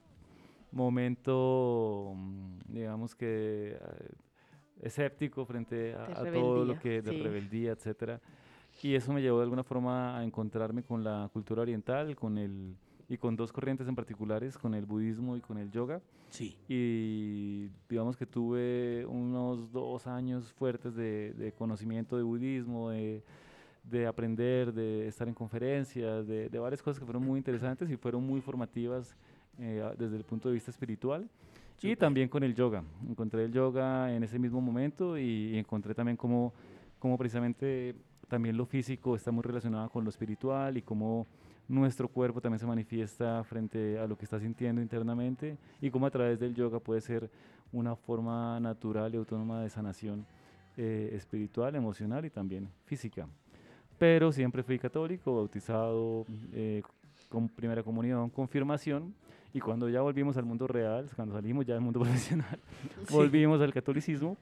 momento, mm, digamos que eh, escéptico frente a,
De
a todo lo
rebeldía,
que de
sí.
rebeldía, etcétera. Y eso me llevó de alguna forma a encontrarme con la cultura oriental, con el y con dos corrientes en particulares, con el budismo y con el yoga.
Sí,
Y digamos que tuve unos dos años fuertes de, de conocimiento de budismo, de, de aprender, de estar en conferencias, de, de varias cosas que fueron muy interesantes y fueron muy formativas eh, a- desde el punto de vista espiritual. Y
súper.
también con el yoga. Encontré el yoga en ese mismo momento y, y encontré también cómo, cómo precisamente también lo físico está muy relacionado con lo espiritual y cómo nuestro cuerpo también se manifiesta frente a lo que está sintiendo internamente y cómo a través del yoga puede ser una forma natural y autónoma de sanación eh, espiritual, emocional y también física. Pero siempre fui católico, bautizado, eh, con primera comunión, confirmación, y cuando ya volvimos al mundo real, cuando salimos ya del mundo profesional,
Sí.
volvimos al catolicismo,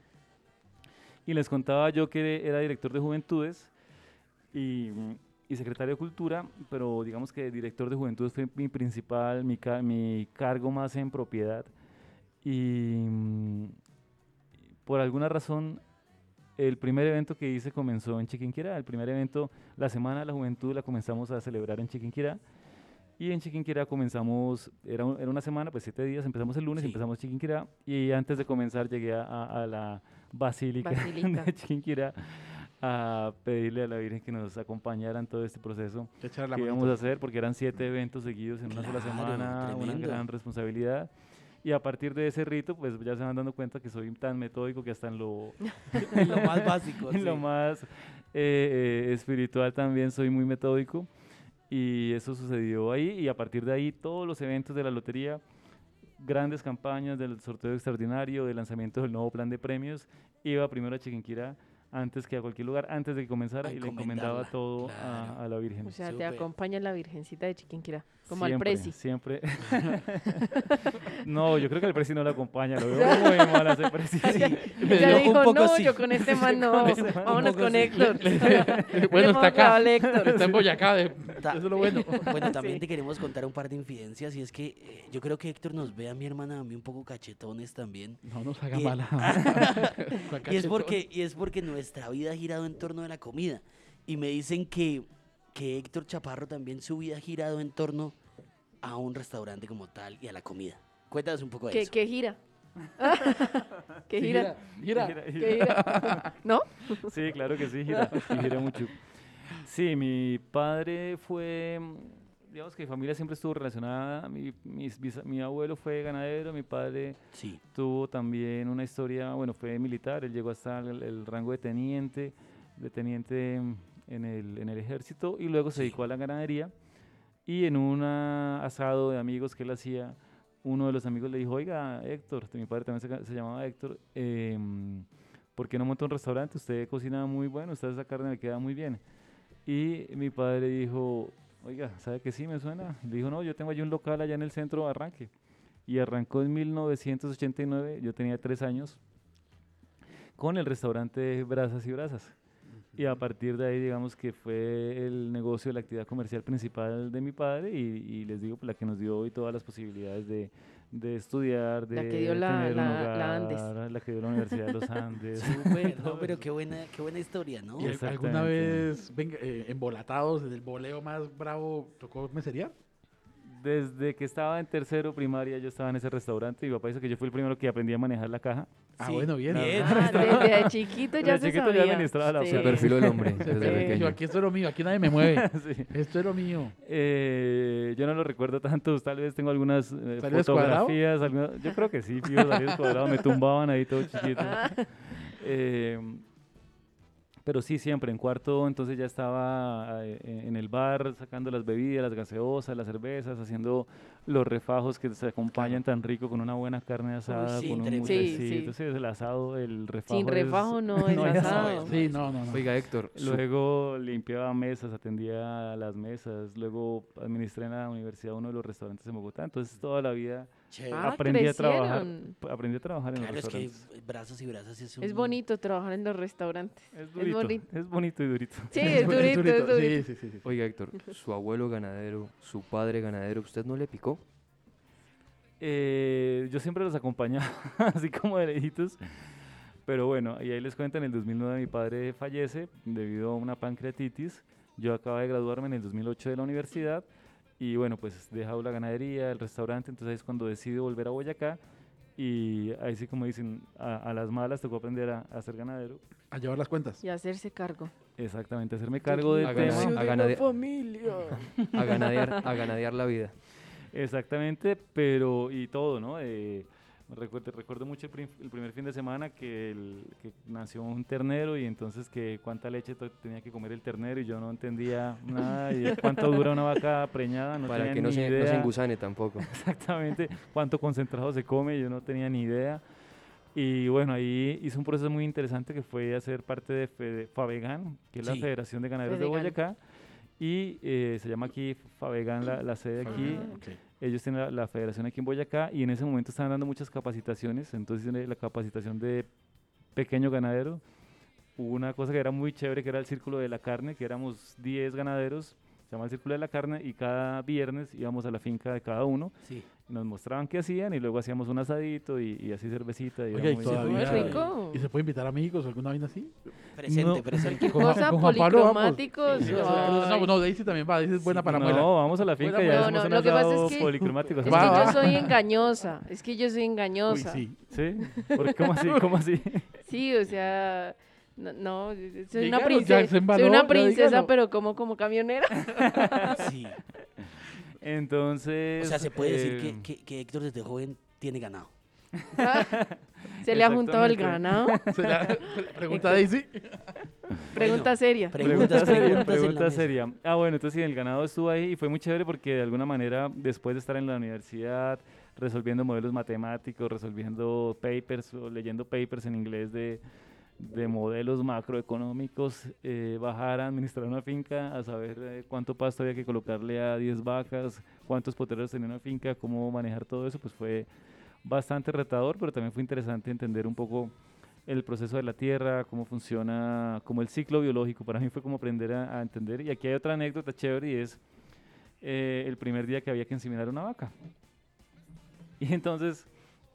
y les contaba yo que era director de juventudes y, mm, y secretario de cultura, pero digamos que director de juventudes fue mi principal, mi, ca- mi cargo más en propiedad, y mm, por alguna razón el primer evento que hice comenzó en Chiquinquirá. El primer evento, la Semana de la Juventud, la comenzamos a celebrar en Chiquinquirá. Y en Chiquinquirá comenzamos, era, un- era una semana, pues siete días, empezamos el lunes,
Sí.
empezamos Chiquinquirá. Y antes de comenzar llegué a, a- a la Basílica,
Basílica.
de Chiquinquirá a pedirle a la Virgen que nos acompañara en todo este proceso
Echar la
que íbamos
manito.
a hacer, porque eran siete eventos seguidos en una sola
Claro,
semana, una
tremendo.
gran responsabilidad. Y a partir de ese rito, pues ya se van dando cuenta que soy tan metódico que hasta en lo,
En lo más básico.
en lo
sí.
más eh, eh, espiritual también soy muy metódico. Y eso sucedió ahí. Y a partir de ahí, todos los eventos de la lotería, grandes campañas del sorteo extraordinario, del lanzamiento del nuevo plan de premios, iba primero a Chiquinquirá antes que a cualquier lugar, antes de que comenzara,
A
y le encomendaba
encomendarla,
todo
claro.
a, a la Virgen.
O sea, te
Súper.
acompaña la Virgencita de Chiquinquirá, como al
Siempre,
Prezi.
siempre. No, yo creo que el Prezi no lo acompaña, lo veo muy mal a ese Prezi.
Me
Ya
dio
dijo,
un poco
no,
sí.
yo con este man no,
ese man un
vámonos
poco
con
sí.
Héctor.
Bueno, está acá.
Al Héctor.
Está en Boyacá. de-
Ta-
Eso es lo bueno.
Bueno, también
Sí.
te queremos contar un par de infidencias y es que eh, yo creo que Héctor nos ve a mi hermana, a mí un poco cachetones también.
No nos haga
Y-
mala.
Y es porque y es porque nuestra vida ha girado en torno de la comida y me dicen que que Héctor Chaparro también su vida ha girado en torno a un restaurante como tal y a la comida. Cuéntanos un poco de
¿Qué,
eso.
qué gira? ¿Qué
Sí,
gira?
Gira.
Gira,
¿Qué
gira.
gira? ¿No?
Sí, claro que sí, gira, y gira mucho. Sí, mi padre fue, mm, digamos que mi familia siempre estuvo relacionada. Mi, mis bisa- mi abuelo fue ganadero, mi padre
Sí,
tuvo también una historia, bueno, fue militar, él llegó hasta el, el rango de teniente, de teniente mm, en el, en el ejército, y luego se
Sí.
dedicó a la ganadería. Y en un asado de amigos que él hacía, uno de los amigos le dijo: oiga, Héctor, mi padre también se, ca- se llamaba Héctor, em, ¿por qué no monta un restaurante? Usted cocina muy bueno, usted esa carne le queda muy bien. Y mi padre dijo: oiga, ¿sabe que sí me suena? Le dijo: no, yo tengo allí un local allá en el centro de Arranque. Y arrancó en mil novecientos ochenta y nueve, yo tenía tres años, con el restaurante Brasas y Brasas. Y a partir de ahí, digamos que fue el negocio, la actividad comercial principal de mi padre, y, y les digo, pues, la que nos dio hoy todas las posibilidades de, de estudiar, de
La que dio la-
tener un
la-
hogar,
la Andes.
la que dio la Universidad de los Andes.
Súper, no, pero qué buena, qué buena historia, ¿no?
¿Y al- alguna
Exactamente.
vez, venga, eh, embolatados en el voleo más bravo, tocó mesería?
Desde que estaba en tercero primaria, yo estaba en ese restaurante y mi papá dice que yo fui el primero que aprendí a manejar la caja.
Ah,
Sí,
bueno, bien.
bien.
Ah, desde chiquito ya
Desde
se
chiquito ya
sabía.
administraba la
Sí.
Se perfiló el hombre
Se
desde
pe-
pequeño.
yo, aquí esto es lo mío, aquí nadie me mueve.
Sí.
Esto es lo mío.
Eh, yo no lo recuerdo tanto, tal vez tengo algunas eh,
¿Salió descuadrado?
fotografías, alguna- yo creo que sí, fijo, salí descuadrado, me tumbaban ahí todo chiquito.
Ah,
Eh, pero sí, siempre en cuarto, entonces ya estaba eh, en el bar sacando las bebidas, las gaseosas, las cervezas, haciendo los refajos que se acompañan tan rico con una buena carne asada,
sí,
con un
tremendo.
Sí,
muchecito,
sí.
sí, el asado, el refajo.
Sin
es-
refajo no es
hay
asado.
Sí, no, no, no.
Oiga, Héctor, su-
Luego limpiaba mesas, atendía las mesas, luego administré en la universidad uno de los restaurantes en Bogotá, entonces toda la vida
Chévere.
Ah,
aprendí a trabajar,
crecieron.
p- aprendí a trabajar en
Claro,
los
es que
restaurantes.
brazos y brazos es un...
Es bonito trabajar en los restaurantes.
Es
Es
durito,
bonito.
es bonito y durito.
Sí, es durito, es durito.
Sí, sí, sí, sí.
oiga, Héctor, su abuelo ganadero, su padre ganadero, ¿usted no le picó?
Eh, yo siempre los acompañaba, así como de lejitos. Pero bueno, y ahí les cuento, en el dos mil nueve mi padre fallece debido a una pancreatitis. Yo acababa de graduarme en el dos mil ocho de la universidad y bueno, pues dejado la ganadería, el restaurante, entonces ahí es cuando decido volver a Boyacá y ahí sí, como dicen, a, a las malas tocó aprender a, a ser ganadero.
A llevar las cuentas.
Y hacerse cargo.
Exactamente, hacerme cargo del
A
tema.
ganade- a ganade-
familia.
a ganadear, a ganadear la vida.
Exactamente, pero y todo, ¿no? Eh, recuerdo, recuerdo mucho el, prim- el primer fin de semana que, el- que nació un ternero y entonces que cuánta leche to- tenía que comer el ternero y yo no entendía nada y de cuánto dura una vaca preñada, no
Para
tenía
que no
ni
se, no se
idea
engusane tampoco.
exactamente cuánto concentrado se come, yo no tenía ni idea. Y bueno, ahí hice un proceso muy interesante que fue hacer parte de Fede- Favegan, que es la
Sí.
Federación de Ganaderos de
Fedegan.
Boyacá, y eh, se llama aquí Favegan la, la sede aquí.
Ah.
Ok.
Ellos tienen la, la federación aquí en Boyacá y en ese momento estaban dando muchas capacitaciones. Entonces, en la capacitación de pequeño ganadero, hubo una cosa que era muy chévere, que era el Círculo de la Carne, que éramos diez ganaderos, se llama el Círculo de la Carne, y cada viernes íbamos a la finca de cada uno,
Sí.
y nos mostraban qué hacían, y luego hacíamos un asadito y, y así cervecita. Y
Oiga,
era
y
muy-
todavía.
Muy rico.
¿Y se puede invitar amigos o alguna vaina así?
Presente,
No.
presente.
Con Juan-
Cosa,
con Juan Pablo vamos.
policromáticos.
Sí, no, no, Daisy también va, Daisy es buena
Sí,
para
no,
muela.
vamos a la finca y
Buena
ya
muela.
hacemos
No, no,
un
lo que pasa
asado
es que-
policromático.
Es
hacemos
que
Va,
yo
va.
soy engañosa. Es que yo soy
Uy,
engañosa.
sí.
¿Sí? ¿Por qué? ¿Cómo así? ¿Cómo así?
Sí, o sea, no, no, soy
Dígalo,
una
ya
princesa,
se embaló,
soy una
ya
princesa,
dígalo.
pero como como camionera.
Sí.
Entonces...
O sea, se puede decir
eh,
que, que, que Héctor desde joven tiene ganado.
Se le ha juntado el
Exactamente.
ganado.
¿Será? Pregunta Daisy.
Pregunta seria.
Preguntas,
Pregunta seria,
preguntas en la
pregunta
mesa.
seria. Ah, bueno, entonces sí, el ganado estuvo ahí y fue muy chévere porque de alguna manera, después de estar en la universidad, resolviendo modelos matemáticos, resolviendo papers o leyendo papers en inglés de, de modelos macroeconómicos, eh, bajar a administrar una finca, a saber eh, cuánto pasto había que colocarle a diez vacas, cuántos poteros tenía una finca, cómo manejar todo eso, pues fue bastante retador, pero también fue interesante entender un poco el proceso de la tierra, cómo funciona, como el ciclo biológico. Para mí fue como aprender a, a entender. Y aquí hay otra anécdota chévere y es eh, el primer día que había que inseminar una vaca. Y entonces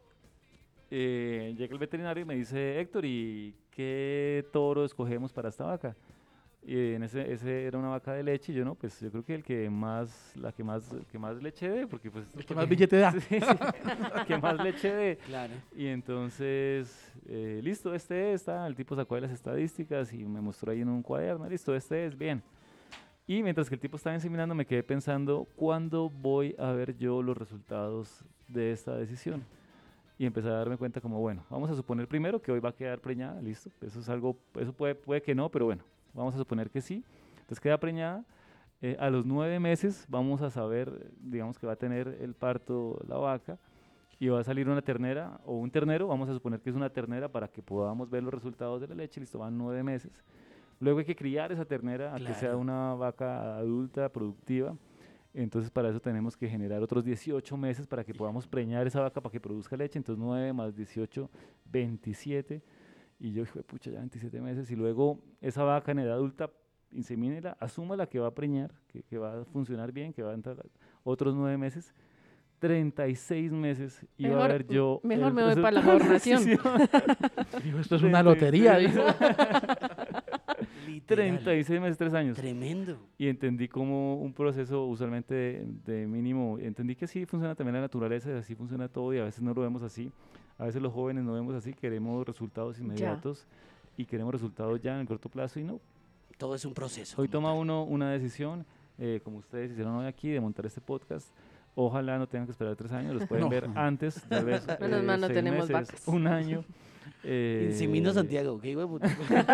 eh, llega el veterinario y me dice, Héctor, ¿y qué toro escogemos para esta vaca? Y en ese, ese era una vaca de leche y yo no, pues yo creo que el que más, la que más, el que más leche dé, porque pues...
El que
porque-
más billete da.
Sí, sí, el que más leche dé.
Claro.
Y entonces, eh, listo, este está, el tipo sacó de las estadísticas y me mostró ahí en un cuaderno, listo, este es, bien. Y mientras que el tipo estaba inseminando, me quedé pensando, ¿cuándo voy a ver yo los resultados de esta decisión? Y empecé a darme cuenta como, bueno, vamos a suponer primero que hoy va a quedar preñada, listo, eso es algo, eso puede, puede que no, pero bueno, vamos a suponer que sí. Entonces queda preñada, eh, a los nueve meses vamos a saber, digamos que va a tener el parto la vaca, y va a salir una ternera o un ternero, vamos a suponer que es una ternera para que podamos ver los resultados de la leche, listo, van nueve meses. Luego hay que criar esa ternera a que sea
Claro.
una vaca adulta, productiva. Entonces para eso tenemos que generar otros dieciocho meses para que podamos preñar esa vaca para que produzca leche. Entonces nueve más dieciocho, veintisiete. Y yo dije, pucha, ya veintisiete meses. Y luego esa vaca en edad adulta, insemínela, asúmala que va a preñar, que, que va a funcionar bien, que va a entrar otros nueve meses. treinta y seis meses iba
Mejor-
a ver yo...
mejor
el
me voy
proceso-
para la gobernación.
Sí, sí,
Dijo, esto es una lotería, dijo.
Literal.
treinta y seis meses, tres años.
Tremendo.
Y entendí como un proceso usualmente de, de mínimo, entendí que así funciona también la naturaleza, y así funciona todo y a veces no lo vemos así, a veces los jóvenes no vemos así, queremos resultados inmediatos y queremos resultados ya en el corto plazo y no.
Todo es un proceso.
Hoy
como
toma
tal.
uno una decisión, eh, como ustedes hicieron hoy aquí, de montar este podcast. Ojalá no tengan que esperar tres años, los pueden
No.
ver antes, tal vez
Menos
eh,
mal no
seis
tenemos
meses,
vacas.
un año. eh,
Insimino Santiago, qué hijo de puta.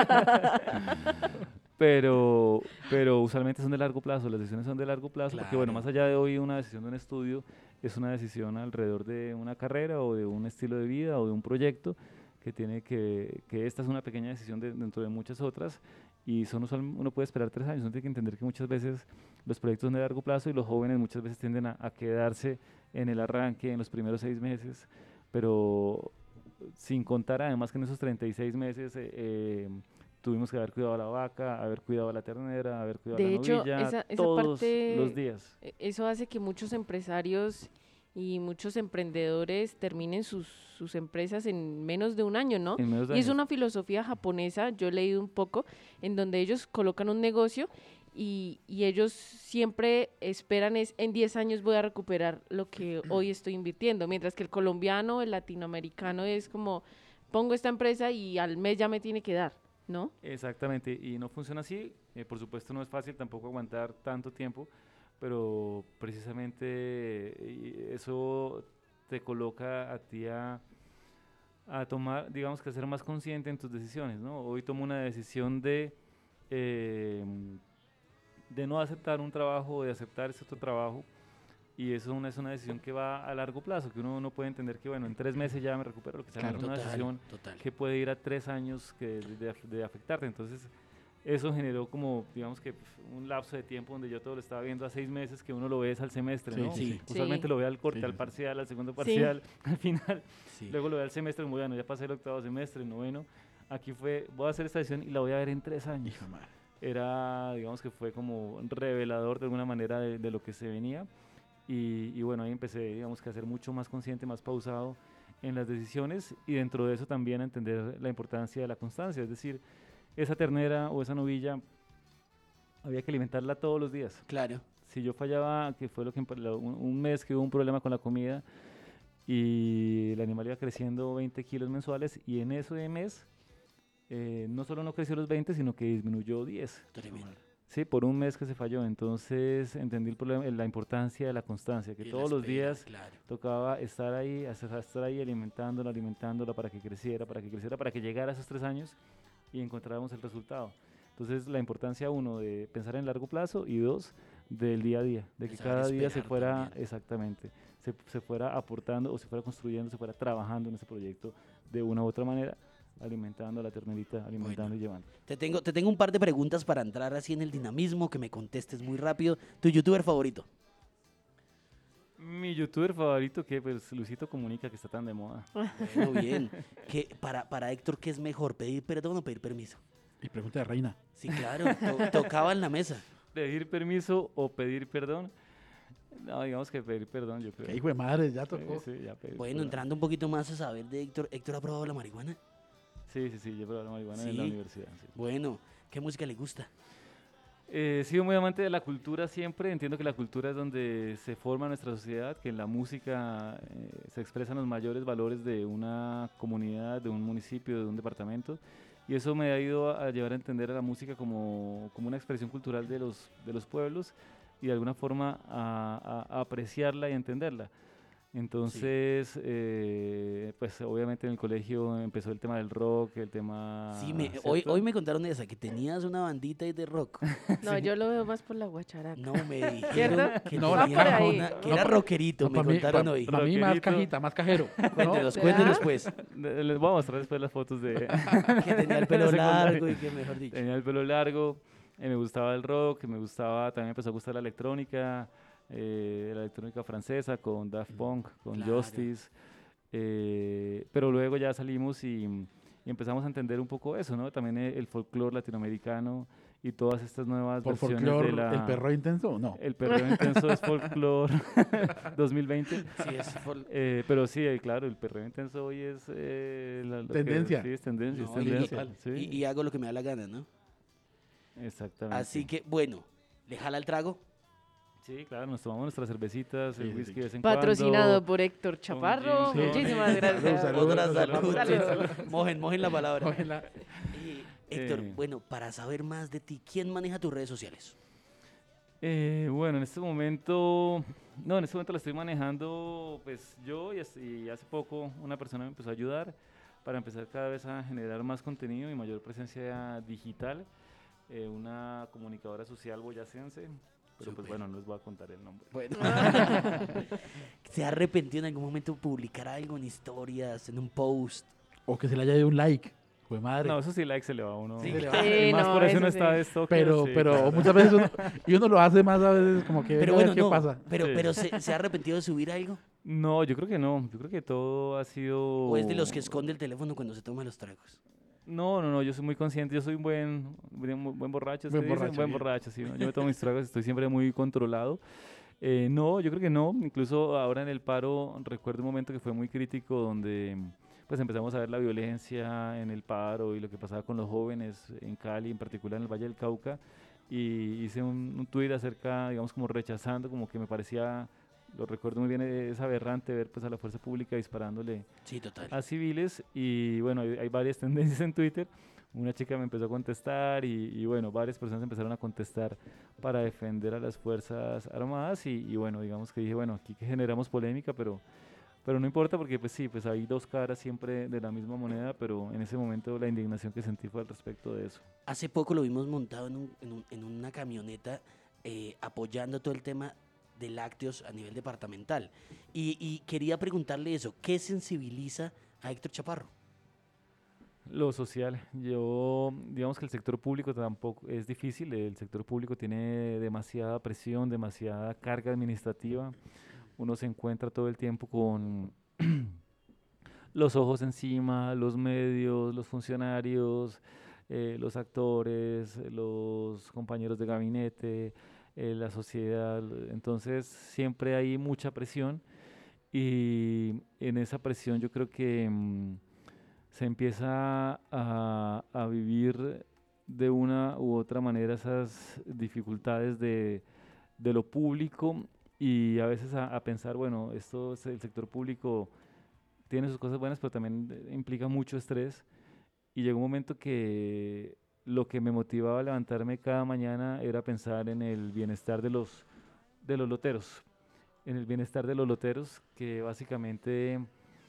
pero, pero usualmente son de largo plazo, las decisiones son de largo plazo, porque bueno,
Claro.
más allá de hoy una decisión de un estudio, es una decisión alrededor de una carrera o de un estilo de vida o de un proyecto que tiene que, que esta es una pequeña decisión de- dentro de muchas otras y son usual- uno puede esperar tres años, uno tiene que entender que muchas veces los proyectos son de largo plazo y los jóvenes muchas veces tienden a, a quedarse en el arranque, en los primeros seis meses, pero sin contar además que en esos treinta y seis meses eh, eh, tuvimos que haber cuidado a la vaca, haber cuidado a la ternera, haber cuidado
De
a la
hecho,
novilla,
esa- esa
todos
parte-
los días.
E- Eso hace que muchos empresarios y muchos emprendedores terminen sus, sus empresas en menos de un año, ¿no?
En menos de
Y es
años.
una filosofía japonesa, yo he leído un poco, en donde ellos colocan un negocio y, y ellos siempre esperan es, en diez años voy a recuperar lo que hoy estoy invirtiendo, mientras que el colombiano, el latinoamericano es como, pongo esta empresa y al mes ya me tiene que dar, ¿no?
Exactamente, y no funciona así. eh, por supuesto no es fácil tampoco aguantar tanto tiempo, pero precisamente eh, eso te coloca a ti a, a tomar, digamos que a ser más consciente en tus decisiones, ¿no? Hoy tomo una decisión de, eh, de no aceptar un trabajo, de aceptar este otro trabajo, y eso una- es una decisión que va a largo plazo, que uno no puede entender que, bueno, en tres meses ya me recupero, lo que sea,
Claro.
es una
Total,
decisión
total.
que puede ir a tres años que de, de af- de afectarte. Entonces, eso generó como, digamos que pf, un lapso de tiempo donde yo todo lo estaba viendo a seis meses, que uno lo ve es al semestre,
Sí,
¿no?
sí.
Usualmente
Sí.
lo ve al corte,
Sí,
al
sí.
parcial, al segundo
Sí.
parcial, al final.
Sí.
Luego lo ve al semestre, muy bueno, ya pasé el octavo semestre, el noveno. Aquí fue, voy a hacer esta decisión y la voy a ver en tres años.
Hijo de madre.
Era, digamos que fue como revelador de alguna manera de, de lo que se venía. Y, y bueno, ahí empecé, digamos que a ser mucho más consciente, más pausado en las decisiones y dentro de eso también a entender la importancia de la constancia. Es decir, esa ternera o esa novilla había que alimentarla todos los días.
Claro.
Si yo fallaba, que fue lo que empa- la- un, un mes que hubo un problema con la comida y el animal iba creciendo veinte kilos mensuales y en ese mes eh, no solo no creció los veinte, sino que disminuyó diez.
Tremendo.
Sí, por un mes que se falló. Entonces entendí el problema, la importancia de la constancia, que
Y la
todos los
espera,
días
Claro.
tocaba estar ahí, hacer- estar ahí alimentándola, alimentándola para que creciera, para que creciera, para que llegara a esos tres años y encontráramos el resultado. Entonces la importancia, uno, de pensar en largo plazo y dos, del día a día, de que
De saber
cada día se
esperar
fuera,
también.
exactamente, se, se fuera aportando o se fuera construyendo, se fuera trabajando en ese proyecto de una u otra manera, alimentando a la ternerita, alimentando y llevando.
Te tengo, te tengo un par de preguntas para entrar así en el dinamismo, que me contestes muy rápido. ¿Tu youtuber favorito?
Mi youtuber favorito, que pues Luisito Comunica, que está tan de moda.
Bueno, bien. ¿Qué, para, para Héctor, ¿qué es mejor? ¿Pedir perdón o pedir permiso?
Y pregunta de Reina.
Sí, claro. to- tocaba en la mesa.
Pedir permiso o pedir perdón. No, digamos que pedir perdón, yo creo.
Qué hijo de madre, ya
Sí,
tocó.
sí, ya pedir
Bueno,
perdón.
entrando un poquito más a saber de Héctor. ¿Héctor ha probado la marihuana?
Sí, sí, sí, yo probé la marihuana en la
Sí.
universidad. Sí.
Bueno, ¿qué música le gusta?
Eh, he sido muy amante de la cultura siempre. Entiendo que la cultura es donde se forma nuestra sociedad, que en la música eh, se expresan los mayores valores de una comunidad, de un municipio, de un departamento. Y eso me ha ido a, a llevar a entender a la música como, como una expresión cultural de los, de los pueblos y de alguna forma a, a- a apreciarla y entenderla. Entonces, eh, pues obviamente en el colegio empezó el tema del rock, el tema...
Sí, me, hoy,
¿cierto?
hoy me contaron de esa, que tenías una bandita ahí de rock.
No, yo lo veo más por la guacharaca.
No, me dijeron
¿Cierto?
que,
No,
tenía
va por ahí.
una- que
No,
era
pa-
rockerito,
No,
me
para mí,
contaron
pa-
hoy.
pa' mí más
Rockerito.
cajita, más cajero. ¿no?
Cuéntenos,
¿Será?
cuéntenos pues.
Le- Les voy a mostrar después las fotos de...
Que tenía el pelo
secundaria.
largo y que mejor dicho.
Tenía el pelo largo, eh, me gustaba el rock, me gustaba, también me empezó a gustar la electrónica, eh, la electrónica francesa con Daft Punk, con
Claro.
Justice, eh, pero luego ya salimos y, y empezamos a entender un poco eso, ¿no? También el, el folclore latinoamericano y todas estas nuevas
Por
versiones
folclore,
de la...
el perro intenso, no.
El perreo intenso es folclore dos mil veinte.
Sí, es fol-
Eh, pero sí, eh, claro, el perreo intenso hoy es... eh, la- lo que-
Tendencia.
sí, es tendencia,
No,
es
y-
tendencia.
total.
sí.
y, y hago lo que me da la gana, ¿no?
Exactamente.
Así que, bueno, ¿le jala el trago?
Sí, claro, nos tomamos nuestras cervecitas,
Sí,
el
sí,
whisky
sí.
de vez en
Patrocinado
cuando.
por Héctor Chaparro.
gin
Muchísimas
tonic.
gracias.
Salud,
Otra
salud,
salud.
salud.
Mojen, mojen la palabra.
Ojalá.
Y, Héctor,
Eh.
bueno, para saber más de ti, ¿quién maneja tus redes sociales?
Eh, bueno, en este momento, no, en este momento lo estoy manejando, pues yo y, as- y hace poco una persona me empezó a ayudar para empezar cada vez a generar más contenido y mayor presencia digital. eh, una comunicadora social boyacense, pero pues
Súper.
bueno, no les voy a contar el nombre.
Bueno. ¿Se ha arrepentido en algún momento de publicar algo en historias, en un post?
O que se le haya dado un like. Fue madre.
No, eso sí, like se le va a uno.
Sí,
se le va.
Y
Sí,
más
no,
por eso
eso
uno está
sí.
de stalker,
pero,
sí,
pero
claro.
muchas veces uno, y uno lo hace más a veces como que
Pero
venga,
bueno,
¿qué
no.
pasa?
Pero,
Sí.
pero ¿se, se ha arrepentido de subir algo?
No, yo creo que no. Yo creo que todo ha sido...
¿O es de los que esconde el teléfono cuando se toma los tragos?
No, no, no, yo soy muy consciente, yo soy un buen, buen, buen borracho,
Buen
¿usted dice?
borracho,
buen
bien.
borracho, sí, ¿no? Yo me tomo mis tragos, estoy siempre muy controlado. Eh, no, yo creo que no, incluso ahora en el paro recuerdo un momento que fue muy crítico donde pues empezamos a ver la violencia en el paro y lo que pasaba con los jóvenes en Cali, en particular en el Valle del Cauca, y hice un, un tuit acerca, digamos, como rechazando, como que me parecía, lo recuerdo muy bien, es aberrante ver pues a la fuerza pública disparándole
Sí, total.
a civiles y bueno, hay, hay varias tendencias en Twitter. Una chica me empezó a contestar y, y bueno, varias personas empezaron a contestar para defender a las Fuerzas Armadas y, y bueno, digamos que dije, bueno, aquí que generamos polémica, pero, pero no importa porque pues sí, pues hay dos caras siempre de la misma moneda, pero en ese momento la indignación que sentí fue al respecto de eso.
Hace poco lo vimos montado en, un- en un- en una camioneta eh, apoyando todo el tema de lácteos a nivel departamental. Y, y quería preguntarle eso, ¿qué sensibiliza a Héctor Chaparro?
Lo social, yo digamos que el sector público tampoco es difícil, el sector público tiene demasiada presión, demasiada carga administrativa, uno se encuentra todo el tiempo con los ojos encima, los medios, los funcionarios, eh, los actores, los compañeros de gabinete, eh, la sociedad, entonces siempre hay mucha presión y en esa presión yo creo que... mm, se empieza a, a vivir de una u otra manera esas dificultades de, de lo público y a veces a, a pensar, bueno, esto es el sector público tiene sus cosas buenas, pero también eh, implica mucho estrés y llegó un momento que lo que me motivaba a levantarme cada mañana era pensar en el bienestar de los, de los loteros, en el bienestar de los loteros que básicamente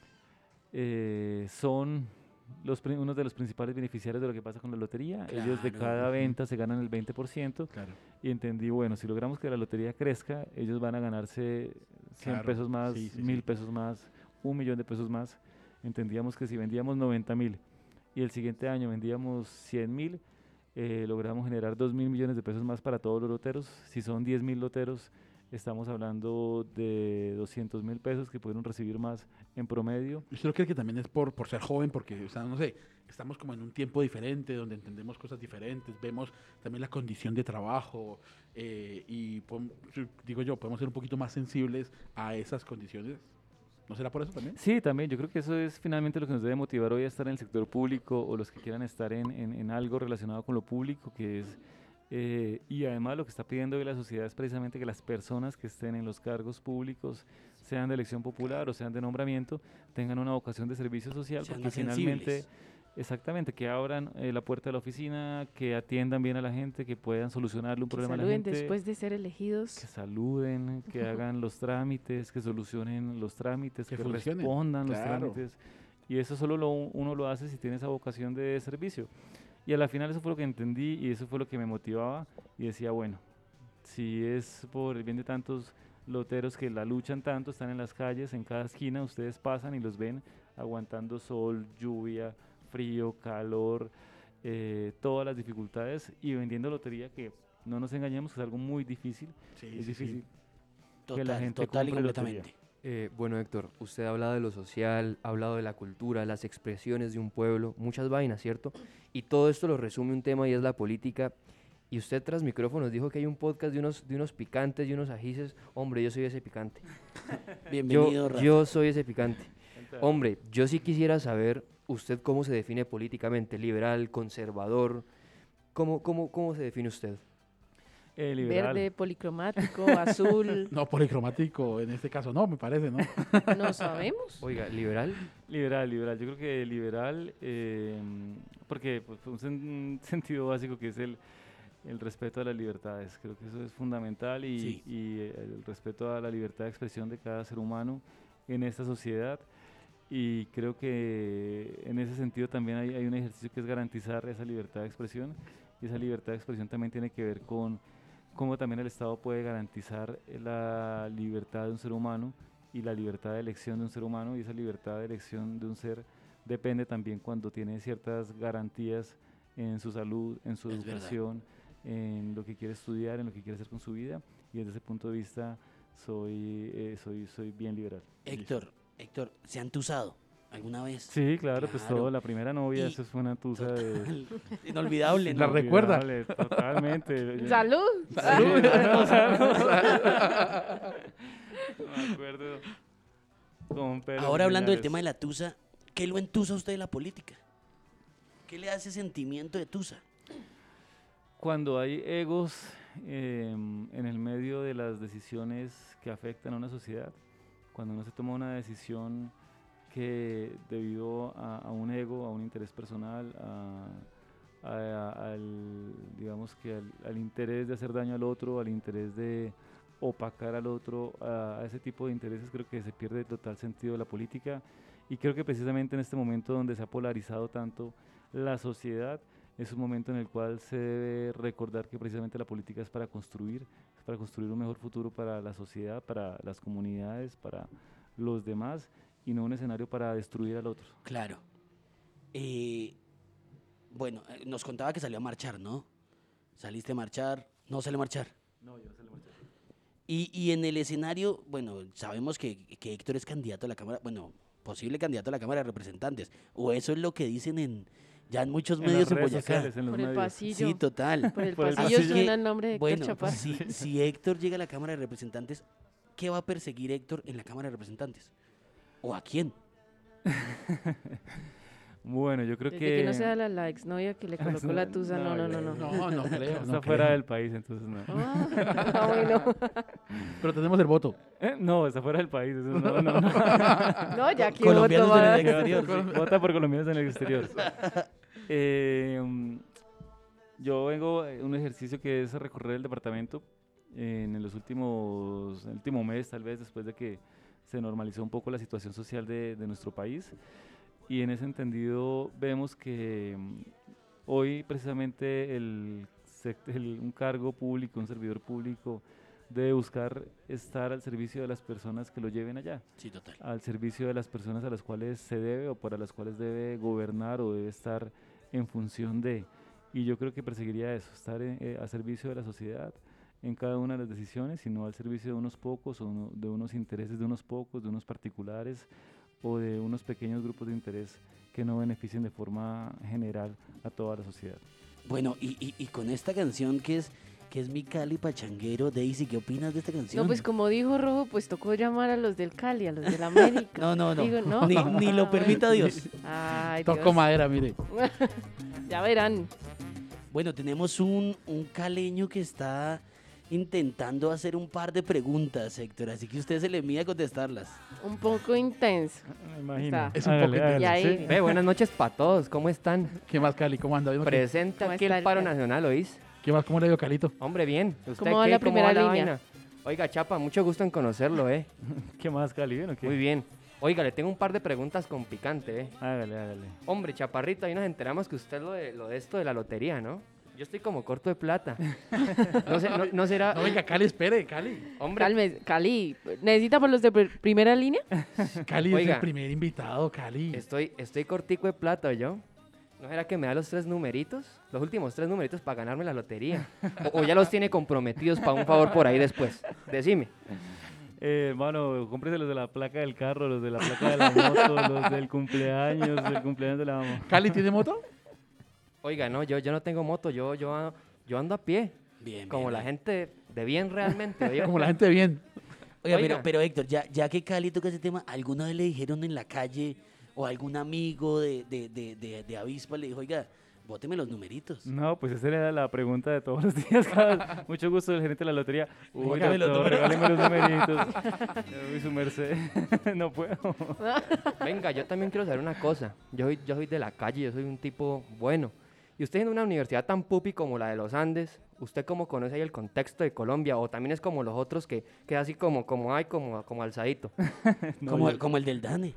eh, son los, pri- unos de los principales beneficiarios de lo que pasa con la lotería. Ellos de
Claro,
cada
ujú.
venta se ganan el veinte por ciento
Claro.
y entendí, bueno, si logramos que la lotería crezca, ellos van a ganarse cien
Claro,
pesos más,
sí, sí,
mil
sí.
pesos más, un millón de pesos más. Entendíamos que si vendíamos noventa mil y el siguiente año vendíamos cien mil, eh, logramos generar dos mil millones de pesos más para todos los loteros. Si son diez mil loteros, estamos hablando de doscientos mil pesos que pudieron recibir más en promedio.
¿Usted no cree que también es por, por ser joven? Porque, o sea, no sé, estamos como en un tiempo diferente, donde entendemos cosas diferentes, vemos también la condición de trabajo eh, y, pon- digo yo, podemos ser un poquito más sensibles a esas condiciones. ¿No será por eso también?
Sí, también, yo creo que eso es finalmente lo que nos debe motivar hoy a estar en el sector público o los que quieran estar en, en- en algo relacionado con lo público, que es, eh, y además lo que está pidiendo hoy la sociedad es precisamente que las personas que estén en los cargos públicos, sean de elección popular o sean de nombramiento, tengan una vocación de servicio social,
Sean
porque
más
finalmente,
sensibles.
exactamente, que abran eh, la puerta de la oficina, que atiendan bien a la gente, que puedan solucionarle un
Que
problema a la
saluden
gente.
después de ser elegidos.
Que saluden, que hagan los trámites, que solucionen los trámites,
Que
que,
funcionen,
respondan los
claro.
trámites. Y eso solo lo, uno lo hace si tiene esa vocación de servicio. Y a la final eso fue lo que entendí y eso fue lo que me motivaba y decía, bueno, si es por el bien de tantos loteros que la luchan tanto, están en las calles, en cada esquina, ustedes pasan y los ven aguantando sol, lluvia, frío, calor, eh, todas las dificultades y vendiendo lotería que no nos engañemos, que es algo muy difícil.
Sí,
Es difícil.
Total,
la gente
total y
compre lotería.
completamente.
Eh, bueno, Héctor, usted ha hablado de lo social, ha hablado de la cultura, las expresiones de un pueblo, muchas vainas, ¿cierto? Y todo esto lo resume un tema y es la política. Y usted tras micrófonos dijo que hay un podcast de unos, de unos picantes y unos ajíes. Hombre, yo soy ese picante.
Bienvenido,
Yo,
Rafa.
yo soy ese picante. Hombre, yo sí quisiera saber usted cómo se define políticamente, liberal, conservador. ¿Cómo, cómo, cómo se define usted?
Eh, liberal.
Verde, policromático, azul,
No, policromático, en este caso no, me parece, ¿no?
no sabemos.
Oiga, liberal.
Liberal, liberal. Yo creo que liberal, eh, porque pues, un sen- sentido básico que es el, el respeto a las libertades. Creo que eso es fundamental y,
Sí.
y, eh, el respeto a la libertad de expresión de cada ser humano en esta sociedad. Y creo que en ese sentido también hay, hay un ejercicio que es garantizar esa libertad de expresión. Y esa libertad de expresión también tiene que ver con cómo también el Estado puede garantizar la libertad de un ser humano y la libertad de elección de un ser humano, y esa libertad de elección de un ser depende también cuando tiene ciertas garantías en su salud, en su
Es verdad.
educación, en lo que quiere estudiar, en lo que quiere hacer con su vida, y desde ese punto de vista soy, eh, soy, soy bien liberal.
Héctor, Héctor, ¿se han tusado alguna vez?
Sí, claro, pues
Claro.
todo, la primera novia,
Y
eso es una tusa de...
Total, inolvidable,
La
¿no?
re- recuerda.
Inolvidable, Totalmente.
¡Salud!
Salud. Me acuerdo. Con pelos
Ahora hablando del
señales.
tema de la tusa, ¿qué lo entusa a usted de la política? ¿Qué le hace sentimiento de tusa?
Cuando hay egos em, en el medio de las decisiones que afectan a una sociedad, cuando uno se toma una decisión que debido a, a un ego, a un interés personal, a, a- a- al, digamos que al, al interés de hacer daño al otro, al interés de opacar al otro, a, a ese tipo de intereses, creo que se pierde el total sentido de la política. Y creo que precisamente en este momento donde se ha polarizado tanto la sociedad, es un momento en el cual se debe recordar que precisamente la política es para construir, es para construir un mejor futuro para la sociedad, para las comunidades, para los demás, y no un escenario para destruir al otro.
Claro. Eh, bueno, eh, nos contaba que salió a marchar, ¿no? ¿Saliste a marchar? ¿No salió a marchar?
No, yo no sé la marcha.
Y, y en el escenario, bueno, sabemos que, que Héctor es candidato a la Cámara, bueno, posible candidato a la Cámara de Representantes, o eso es lo que dicen en ya en muchos
En
medios
las
en
redes
Boyacá.
sociales, en los
Por el
medios.
pasillo.
Sí, total.
Por el
Por el
pasillo
pasillo.
suena el nombre de Héctor
Bueno,
Chaparro.
si, si Héctor llega a la Cámara de Representantes, ¿qué va a perseguir Héctor en la Cámara de Representantes? ¿O a quién?
Bueno, yo creo
Desde
que,
que no sea la, la exnovia que le colocó la tusa, no, no, no, no.
No, no creo.
está
no
fuera
creo.
del país, entonces no.
Ah, ah, bueno.
Pero tenemos el voto.
Eh, No, está fuera del país, eso no, no, no.
No, ya que
Colombianos
voto
en
va.
el exterior.
Sí, Vota por colombianos en el exterior. Eh, mm, yo vengo a un ejercicio que es recorrer el departamento en los últimos, el último mes, tal vez después de que se normalizó un poco la situación social de, de nuestro país. Y en ese entendido vemos que mm, hoy precisamente el, sect- el- un cargo público, un servidor público, debe buscar estar al servicio de las personas que lo lleven allá,
Sí, total.
al servicio de las personas a las cuales se debe o para las cuales debe gobernar o debe estar en función de. Y yo creo que perseguiría eso, estar en- eh, a servicio de la sociedad en cada una de las decisiones y no al servicio de unos pocos o uno- de unos intereses de unos pocos, de unos particulares o de unos pequeños grupos de interés que no beneficien de forma general a toda la sociedad.
Bueno, y, y, y con esta canción que es que es mi Cali Pachanguero, Daisy, ¿qué opinas de esta canción?
No, pues como dijo Rojo, pues tocó llamar a los del Cali, a los del América.
no, no, no.
Digo, no.
Ni,
Ah,
ni lo
bueno.
permita Dios.
Ay,
Toco
Dios.
madera, mire.
Ya verán.
Bueno, tenemos un, un caleño que está intentando hacer un par de preguntas, Héctor, así que usted se le mide a contestarlas.
Un poco intenso.
Me imagino.
Está.
Es un
Hágale,
poco
hágale,
Y ahí-
sí.
Ve, buenas noches para todos, ¿cómo están?
¿Qué más, Cali? ¿Cómo anda? ¿Bien o qué?
Presenta
¿Cómo
aquí
está
el
el
paro
Cali?
nacional, ¿oís?
¿Qué más? ¿Cómo le dio, Calito?
Hombre, bien. ¿Usted
¿Cómo va
qué?
la
¿Cómo
primera
va la
línea?
vaina? Oiga, Chapa, mucho gusto en conocerlo, ¿eh?
¿Qué más, Cali? ¿Bien o qué?
Muy bien. Oiga, le tengo un par de preguntas con picante, ¿eh?
Hágale, hágale.
Hombre, Chaparrito, ahí nos enteramos que usted lo de, lo de esto de la lotería, ¿no? Yo estoy como corto de plata. No, sé, no, no será...
No, venga, Cali, espere, Cali.
Hombre,
Calme, Cali, ¿necesita por los de pr- primera línea?
Cali es
Oiga.
el primer invitado, Cali.
estoy, estoy cortico de plata, ¿yo? ¿No será que me da los tres numeritos? Los últimos tres numeritos para ganarme la lotería. O, o ya los tiene comprometidos para un favor por ahí después. Decime.
Eh, hermano, cómprese los de la placa del carro, los de la placa de la moto, los del cumpleaños, del cumpleaños de la mamá.
¿Cali tiene moto?
Oiga, no, yo, yo no tengo moto, yo, yo, ah, Yo ando a pie,
Bien,
como
bien,
la
bien.
gente de bien realmente. oiga.
Como la gente bien.
Oiga, pero,
Oiga.
pero Héctor, ya, ya que Cali toca ese tema, ¿alguna vez le dijeron en la calle o algún amigo de, de, de, de, de Avispa le dijo, oiga, bóteme los numeritos?
No, pues esa era la pregunta de todos los días. cada- Mucho gusto del gerente de la lotería. Uy,
Bótame los
doctor,
números.
regáleme los numeritos. Uy, su merced. No puedo.
Venga, yo también quiero saber una cosa. Yo soy, yo soy de la calle, yo soy un tipo bueno. Y usted en una universidad tan pupi como la de los Andes, ¿usted cómo conoce ahí el contexto de Colombia? ¿O también es como los otros que queda así como, como hay, como, como alzadito?
No,
como,
yo-
como el del Dane.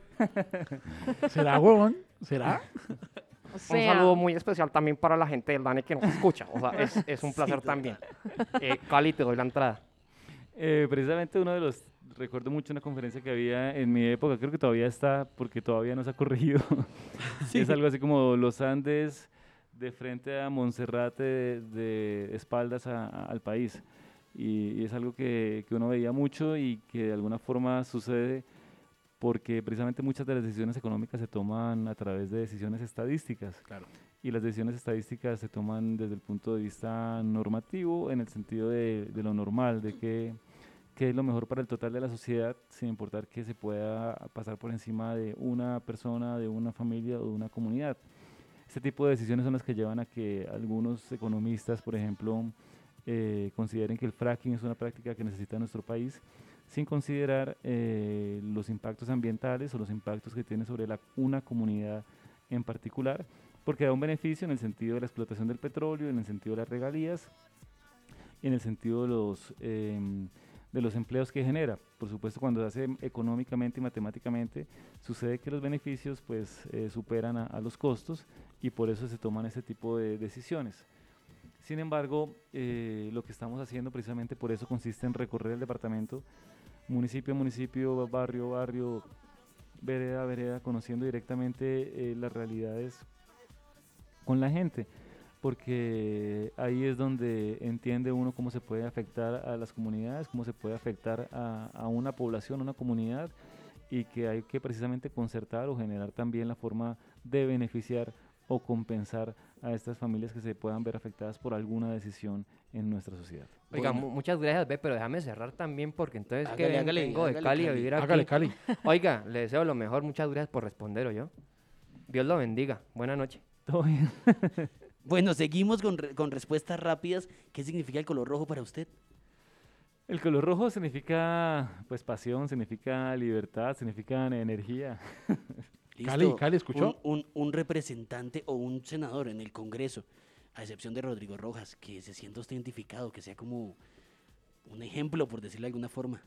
¿Será, huevón? ¿Será?
O
Un
sea,
saludo muy especial también para la gente del Dani que nos escucha. O sea, es, es un
Sí,
placer
total.
también. Eh, Cali, te doy la entrada.
Eh, precisamente uno de los, recuerdo mucho una conferencia que había en mi época, creo que todavía está, porque todavía no se ha corregido. Es algo así como los Andes de frente a Monserrate, de, de espaldas a- a- al país. Y, y es algo que, que uno veía mucho y que de alguna forma sucede porque precisamente muchas de las decisiones económicas se toman a través de decisiones estadísticas.
Claro.
Y las decisiones estadísticas se toman desde el punto de vista normativo, en el sentido de, de lo normal, de qué, qué es lo mejor para el total de la sociedad, sin importar que se pueda pasar por encima de una persona, de una familia o de una comunidad. Este tipo de decisiones son las que llevan a que algunos economistas, por ejemplo, eh, consideren que el fracking es una práctica que necesita nuestro país, sin considerar eh, los impactos ambientales o los impactos que tiene sobre la, una comunidad en particular, porque da un beneficio en el sentido de la explotación del petróleo, en el sentido de las regalías, y en el sentido de los, em, de los empleos que genera. Por supuesto, cuando se hace económicamente y matemáticamente, sucede que los beneficios pues, eh, superan a, a los costos y por eso se toman este tipo de decisiones. Sin embargo, eh, lo que estamos haciendo precisamente por eso consiste en recorrer el departamento, municipio a municipio, barrio a barrio, vereda a vereda, conociendo directamente eh, las realidades con la gente, porque ahí es donde entiende uno cómo se puede afectar a las comunidades, cómo se puede afectar a, a una población, a una comunidad, y que hay que precisamente concertar o generar también la forma de beneficiar o compensar a estas familias que se puedan ver afectadas por alguna decisión en nuestra sociedad.
Oiga,
Bueno.
mu- muchas gracias, ve, pero déjame cerrar también porque entonces que
Hágale,
ven-
hágale,
vengo de
hágale,
Cali a
Cali.
vivir aquí.
Hágale, Cali.
Oiga, le deseo lo mejor, muchas gracias por responder, yo. Dios lo bendiga. Buenas noches.
Todo bien.
Bueno, seguimos con, re- con respuestas rápidas. ¿Qué significa el color rojo para usted?
El color rojo significa pues pasión, significa libertad, significa energía.
Cali,
Listo.
Cali, ¿escuchó?
Un, un- un representante o un senador en el Congreso, a excepción de Rodrigo Rojas, que se sienta usted identificado, que sea como un ejemplo, por decirlo de alguna forma,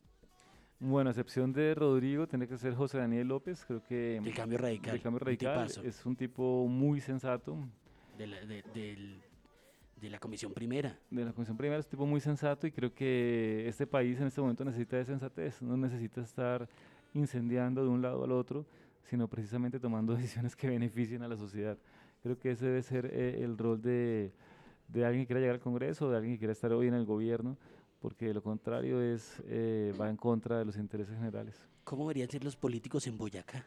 Bueno, a excepción de Rodrigo, tiene que ser José Daniel López, creo que
del cambio radical.
del cambio
un
radical
tipazo,
es un tipo muy sensato,
de, la, de- del- de la Comisión Primera.
de la Comisión Primera es un tipo muy sensato y creo que este país en este momento necesita de sensatez, no necesita estar incendiando de un lado al otro, sino precisamente tomando decisiones que beneficien a la sociedad. Creo que ese debe ser eh, el rol de, de alguien que quiera llegar al Congreso, de alguien que quiera estar hoy en el gobierno, porque de lo contrario es, eh, va en contra de los intereses generales.
¿Cómo deberían ser los políticos en Boyacá?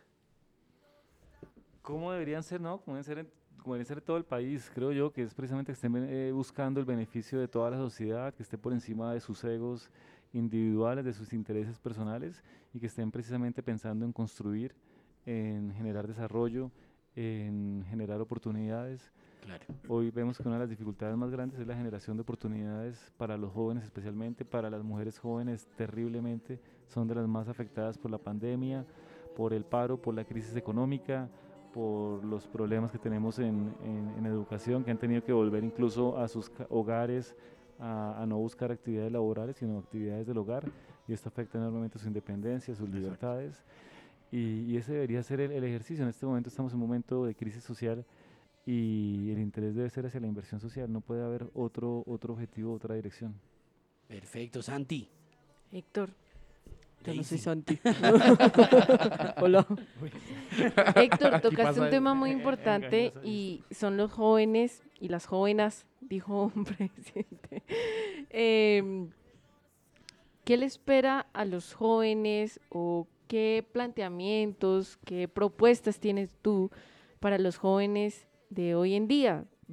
¿Cómo deberían ser, no? ¿Cómo deben ser en, como debería ser todo el país? Creo yo que es precisamente que estén eh, buscando el beneficio de toda la sociedad, que esté por encima de sus egos individuales, de sus intereses personales y que estén precisamente pensando en construir, en generar desarrollo, en generar oportunidades.
Claro.
Hoy vemos que una de las dificultades más grandes es la generación de oportunidades para los jóvenes, especialmente para las mujeres jóvenes, terriblemente son de las más afectadas por la pandemia, por el paro, por la crisis económica, por los problemas que tenemos en, en- en educación, que han tenido que volver incluso a sus ca- hogares a, a no buscar actividades laborales, sino actividades del hogar, y esto afecta enormemente su independencia, sus libertades, y, y ese debería ser el, el ejercicio. En este momento estamos en un momento de crisis social y el interés debe ser hacia la inversión social, no puede haber otro, otro objetivo, otra dirección.
Perfecto, Santi.
Héctor, yo no soy
Daisy.
Santi. Hola. Héctor,
Aquí
tocaste
pasa
un
el-
tema muy importante
engañoso,
y son los jóvenes y las jóvenes, dijo un presidente. Em, ¿Qué le espera a los jóvenes o qué planteamientos, qué propuestas tienes tú para los jóvenes de hoy en día,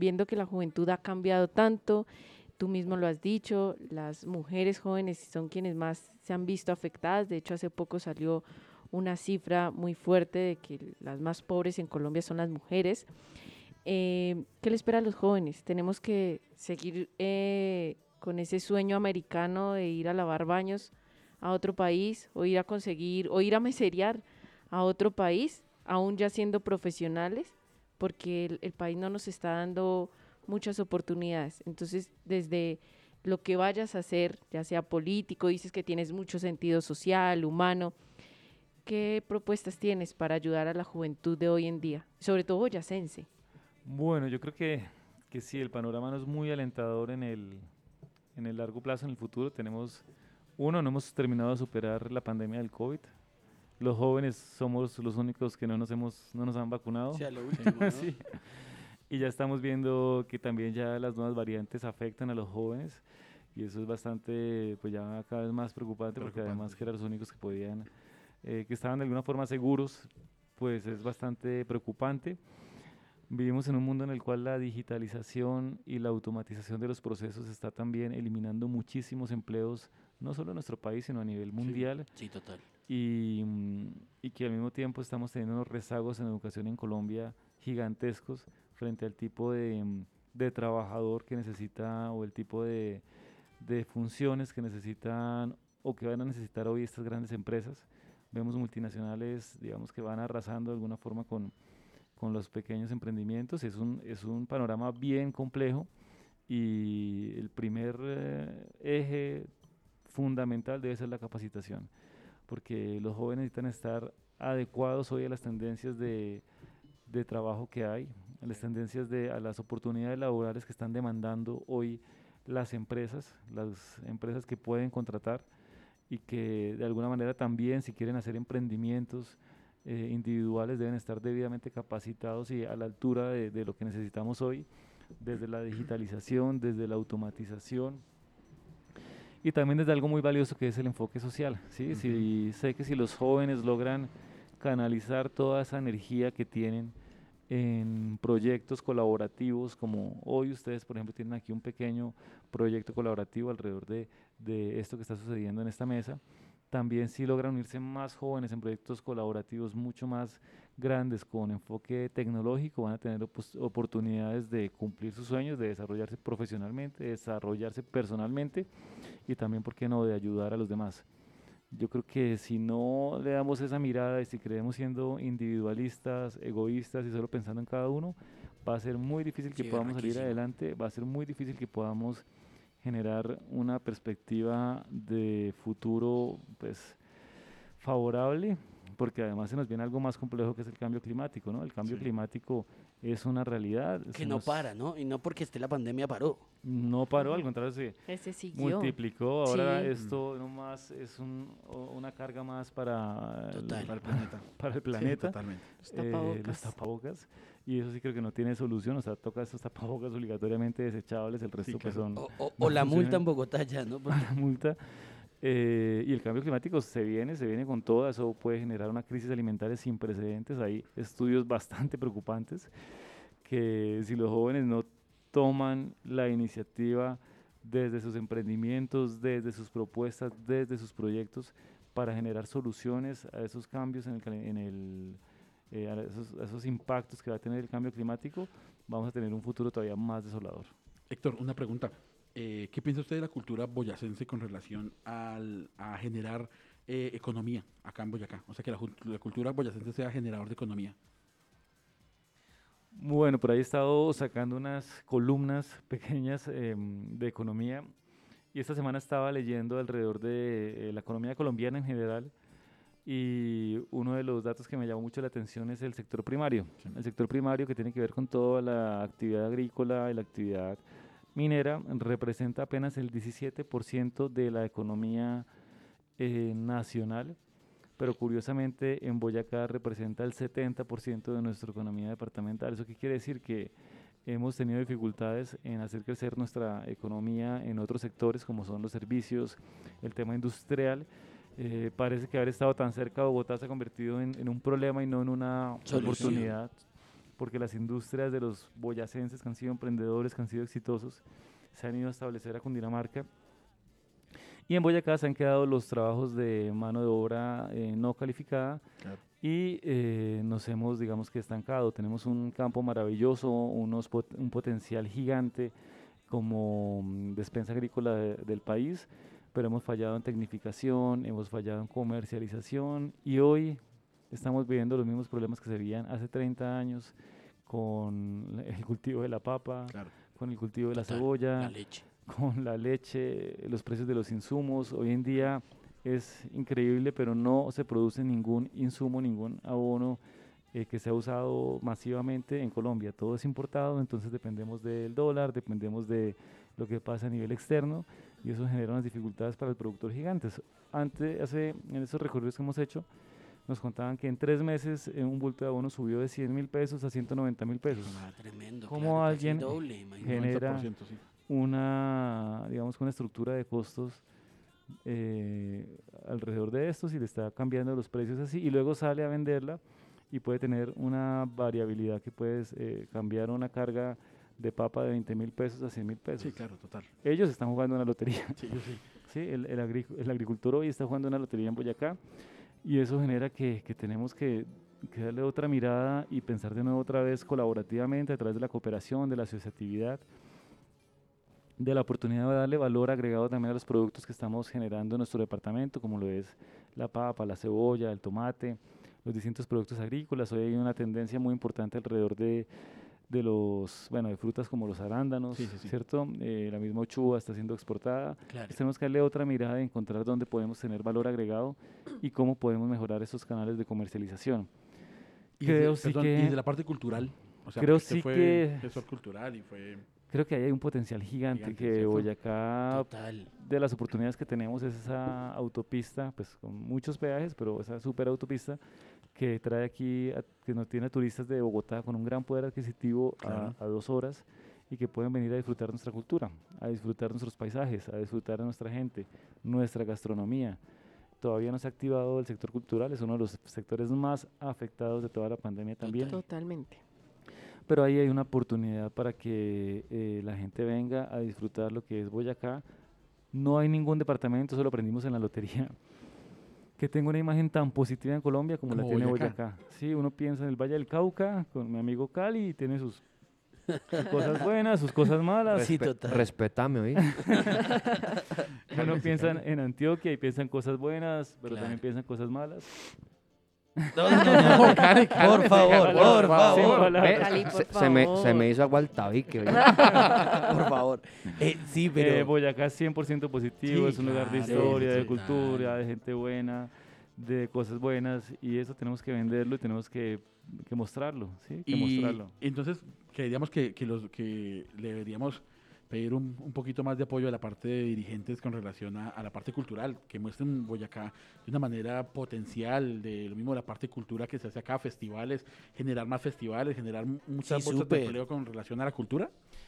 viendo que la juventud ha cambiado tanto, tú mismo lo has dicho, las mujeres jóvenes son quienes más se han visto afectadas. De hecho, hace poco salió una cifra muy fuerte de que las más pobres en Colombia son las mujeres. Eh, ¿Qué le espera a los jóvenes? Tenemos que seguir eh, con ese sueño americano de ir a lavar baños a otro país, o ir a conseguir, o ir a meserear a otro país, aún ya siendo profesionales, porque el, el país no nos está dando muchas oportunidades. Entonces, desde lo que vayas a hacer, ya sea político, dices que tienes mucho sentido social, humano, ¿qué propuestas tienes para ayudar a la juventud de hoy en día, sobre todo boyacense?
Bueno, yo creo que, que sí, el panorama no es muy alentador en el, en el largo plazo, en el futuro. Tenemos, uno, no hemos terminado de superar la pandemia del COVID. Los jóvenes somos los únicos que no nos, hemos, no nos han vacunado.
O sea, lo último, ¿no?
Sí. Y ya estamos viendo que también ya las nuevas variantes afectan a los jóvenes, y eso es bastante, pues ya cada vez más preocupante, porque
Preocupante,
además
sí.
que eran los únicos que podían, eh, que estaban de alguna forma seguros, pues es bastante preocupante. Vivimos en un mundo en el cual la digitalización y la automatización de los procesos está también eliminando muchísimos empleos, no solo en nuestro país, sino a nivel mundial.
Sí, total.
Y, mm, y que al mismo tiempo estamos teniendo unos rezagos en educación en Colombia gigantescos frente al tipo de, mm, de trabajador que necesita, o el tipo de, de funciones que necesitan o que van a necesitar hoy estas grandes empresas. Vemos multinacionales, digamos, que van arrasando de alguna forma con, con los pequeños emprendimientos. Es un, es un panorama bien complejo, y el primer eh, eje fundamental debe ser la capacitación, porque los jóvenes necesitan estar adecuados hoy a las tendencias de, de trabajo que hay, a las tendencias de, a las oportunidades laborales que están demandando hoy las empresas, las empresas que pueden contratar, y que de alguna manera también, si quieren hacer emprendimientos eh, individuales, deben estar debidamente capacitados y a la altura de, de lo que necesitamos hoy, desde la digitalización, desde la automatización, y también desde algo muy valioso que es el enfoque social, ¿sí? Si, sé que si los jóvenes logran canalizar toda esa energía que tienen en proyectos colaborativos, como hoy ustedes, por ejemplo, tienen aquí un pequeño proyecto colaborativo alrededor de, de esto que está sucediendo en esta mesa, también si logran unirse más jóvenes en proyectos colaborativos mucho más grandes con enfoque tecnológico, van a tener opos- oportunidades de cumplir sus sueños, de desarrollarse profesionalmente, de desarrollarse personalmente, y también, ¿por qué no?, de ayudar a los demás. Yo creo que si no le damos esa mirada, y si creemos siendo individualistas, egoístas y solo pensando en cada uno, va a ser muy difícil que
Sí,
podamos salir
berraquísimo.
adelante, va a ser muy difícil que podamos generar una perspectiva de futuro, pues, favorable, porque además se nos viene algo más complejo, que es el cambio climático, ¿no? El cambio
Sí.
climático es una realidad.
Que
se
no
nos-
para, ¿no? Y no porque esté la pandemia paró.
No paró, al
Ujú.
contrario, se
Ese siguió.
multiplicó. Ahora
Sí.
esto no más es un, o- una carga más para el,
Total.
Para el planeta.
para el
Sí,
planeta.
totalmente.
Los
eh, los
tapabocas.
tapabocas, y eso sí creo que no tiene solución. O sea, toca estos tapabocas obligatoriamente desechables, el resto pues
claro.
son
O, o-
no
o la multa
funcionan.
en Bogotá ya, ¿no? Porque-
la multa. Eh, y el cambio climático se viene, se viene con todo. Eso puede generar una crisis alimentaria sin precedentes. Hay estudios bastante preocupantes que, si los jóvenes no toman la iniciativa desde sus emprendimientos, desde sus propuestas, desde sus proyectos, para generar soluciones a esos cambios en el, cali- en el eh, a esos, a esos impactos que va a tener el cambio climático, vamos a tener un futuro todavía más desolador.
Héctor, una pregunta. Eh, ¿Qué piensa usted de la cultura boyacense con relación al, a generar eh, economía acá en Boyacá? O sea, que la, jul- la cultura boyacense sea generador de economía.
Bueno, por ahí he estado sacando unas columnas pequeñas em, de economía, y esta semana estaba leyendo alrededor de eh, la economía colombiana en general, y uno de los datos que me llamó mucho la atención es el sector primario. El sector primario, que tiene que ver con toda la actividad agrícola y la actividad minera, representa apenas el diecisiete por ciento de la economía eh, nacional, pero curiosamente en Boyacá representa el setenta por ciento de nuestra economía departamental. ¿Eso qué quiere decir? Que hemos tenido dificultades en hacer crecer nuestra economía en otros sectores, como son los servicios, el tema industrial. Eh, parece que haber estado tan cerca de Bogotá se ha convertido en, en un problema y no en una
Solución.
oportunidad, porque las industrias de los boyacenses que han sido emprendedores, que han sido exitosos, se han ido a establecer a Cundinamarca. Y en Boyacá se han quedado los trabajos de mano de obra eh, no calificada,
Claro.
y eh, nos hemos, digamos que estancado. Tenemos un campo maravilloso, unos pot- un potencial gigante como mm, despensa agrícola de- del país, pero hemos fallado en tecnificación, hemos fallado en comercialización, y hoy estamos viviendo los mismos problemas que se veían hace treinta años con el cultivo de la papa,
Claro.
con el cultivo de la
Total,
cebolla,
La leche.
con la leche, los precios de los insumos. Hoy en día es increíble, pero no se produce ningún insumo, ningún abono eh, que sea usado masivamente en Colombia. Todo es importado, entonces dependemos del dólar, dependemos de lo que pasa a nivel externo, y eso genera unas dificultades para el productor gigantes. Antes, hace, en esos recorridos que hemos hecho, nos contaban que en tres meses eh, un bulto de abono subió de cien mil pesos a ciento noventa mil pesos.
Tremendo.
¿Cómo
claro, casi el
alguien
doble, imagínate.
genera
noventa por ciento, sí.
una, digamos, una estructura de costos eh, alrededor de estos, y le está cambiando los precios así, y luego sale a venderla y puede tener una variabilidad que puedes eh, cambiar una carga de papa de veinte mil pesos a cien mil pesos.
Sí, claro, total.
Ellos están jugando una lotería.
Sí, yo sí.
¿Sí? El, el, agri- el agricultor hoy está jugando una lotería en Boyacá, y eso genera que, que tenemos que, que darle otra mirada y pensar de nuevo otra vez colaborativamente a través de la cooperación, de la asociatividad, de la oportunidad de darle valor agregado también a los productos que estamos generando en nuestro departamento, como lo es la papa, la cebolla, el tomate, los distintos productos agrícolas. Hoy hay una tendencia muy importante alrededor de, de los, bueno, de frutas como los arándanos,
Sí, sí, sí.
¿cierto? Eh, la misma uchuva está siendo exportada.
Claro.
Pues tenemos que darle otra mirada y encontrar dónde podemos tener valor agregado y cómo podemos mejorar esos canales de comercialización.
Y
Creo
desde,
sí
perdón,
que-
y desde la parte cultural. O sea,
creo
porque usted
sí
fue
que-
gestor cultural y fue...
Creo que ahí hay un potencial gigante,
Gigante,
que
¿cierto?
Boyacá,
Total.
de las oportunidades que tenemos, es esa autopista, pues con muchos peajes, pero esa super autopista que trae aquí, a- que nos tiene a turistas de Bogotá con un gran poder adquisitivo a-
Claro.
a, dos horas, y que pueden venir a disfrutar nuestra cultura, a disfrutar nuestros paisajes, a disfrutar de nuestra gente, nuestra gastronomía. Todavía no se ha activado el sector cultural, es uno de los sectores más afectados de toda la pandemia también.
Totalmente.
Pero ahí hay una oportunidad para que eh, la gente venga a disfrutar lo que es Boyacá. No hay ningún departamento, eso lo aprendimos en la lotería, que tenga una imagen tan positiva en Colombia como, la
Como
tiene
Boyacá.
Boyacá. Sí, uno piensa en el Valle del Cauca, con mi amigo Cali, y tiene sus cosas buenas, sus cosas malas.
Sí,
Respe-
total.
Respetame, ¿oí?
Uno piensa en, en Antioquia y piensa en cosas buenas, pero
Claro.
también piensa en cosas malas.
No, no, no, no.
Cali, Cali,
Por favor,
Cali,
por
Sin
favor.
palabras.
Cali, por
se, se me, se
favor.
me hizo agua el tabique, ¿oí?
Por favor. Eh, sí,
Eh,
pero...
Boyacá es cien por ciento positivo,
Sí,
es un lugar de
claro,
historia, de
total.
cultura, de gente buena, de cosas buenas, y eso tenemos que venderlo y tenemos que, que mostrarlo, ¿sí? Que
Y
mostrarlo.
entonces, creeríamos que, que, los, que le deberíamos pedir un, un poquito más de apoyo de la parte de dirigentes con relación a, a la parte cultural, que muestren Boyacá de una manera potencial, de lo mismo la parte cultura que se hace acá, festivales, generar más festivales, generar mu- muchas
Sí,
bolsas de
súper.
empleo con relación a la cultura.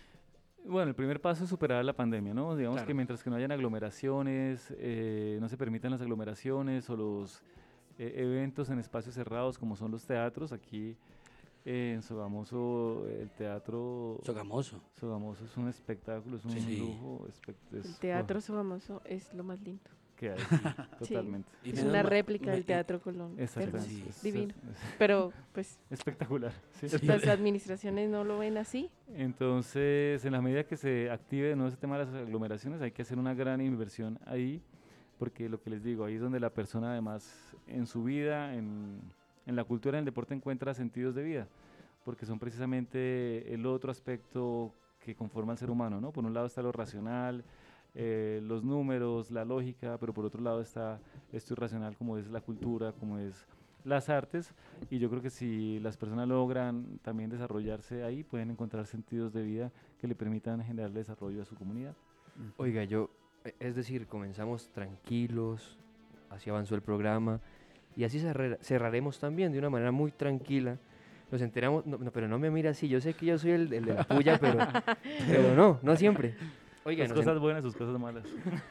Bueno, el primer paso es superar la pandemia, ¿no? Digamos
Claro.
que mientras que no hayan aglomeraciones, eh, no se permitan las aglomeraciones o los eh, eventos en espacios cerrados como son los teatros, aquí eh, en Sogamoso el teatro
Sogamoso.
Sogamoso es un espectáculo, es un
Sí.
lujo. espe- es-
El teatro famoso es lo más lindo.
que hay, sí, totalmente.
Y
Es
menos
una
ma-
réplica
me-
del Teatro Colón.
Exactamente.
Hermoso,
Sí.
es-
divino.
es-
Pero, pues,
espectacular. sí.
las administraciones no lo ven así.
Entonces, en la medida que se active de nuevo ese tema de las aglomeraciones, hay que hacer una gran inversión ahí, porque lo que les digo, ahí es donde la persona además en su vida, en, en la cultura, en el deporte encuentra sentidos de vida, porque son precisamente el otro aspecto que conforma al ser humano, ¿no? Por un lado está lo racional, eh, los números, la lógica, pero por otro lado está esto irracional como es la cultura, como es las artes, y yo creo que si las personas logran también desarrollarse ahí, pueden encontrar sentidos de vida que le permitan generar desarrollo a su comunidad.
Oiga, yo, e- es decir, comenzamos tranquilos, así avanzó el programa, y así cerrar- cerraremos también de una manera muy tranquila. Nos enteramos, no, no, pero no me mira así, yo sé que yo soy el, el de la puya, pero, pero no, no siempre. Oiga,
Sus
nos, en-
cosas buenas, sus cosas malas.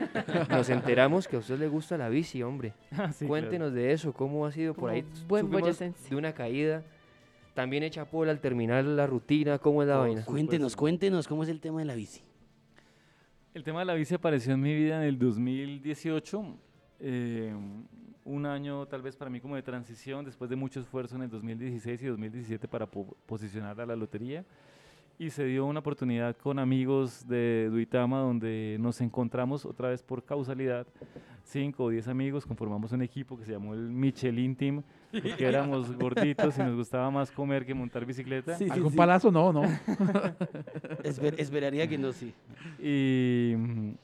nos enteramos que a usted le gusta la bici, hombre.
Ah, sí, claro.
Cuéntenos de eso, cómo ha sido por
Como
ahí.
buen
supimos
boyacense.
de una caída también echa pola al terminar la rutina, ¿cómo es la vaina?
Cuéntenos, cuéntenos cómo es el tema de la bici.
El tema de la bici apareció en mi vida en el dos mil dieciocho, eh, un año tal vez para mí como de transición, después de mucho esfuerzo en el dos mil dieciséis y dos mil diecisiete para po posicionar a la lotería. Y se dio una oportunidad con amigos de Duitama donde nos encontramos otra vez por causalidad, cinco o diez amigos, conformamos un equipo que se llamó el Michelin Team, porque éramos gorditos y nos gustaba más comer que montar bicicleta.
Sí, sí,
¿Algún
sí.
palazo? No, no.
Esper- esperaría que no, sí.
Y,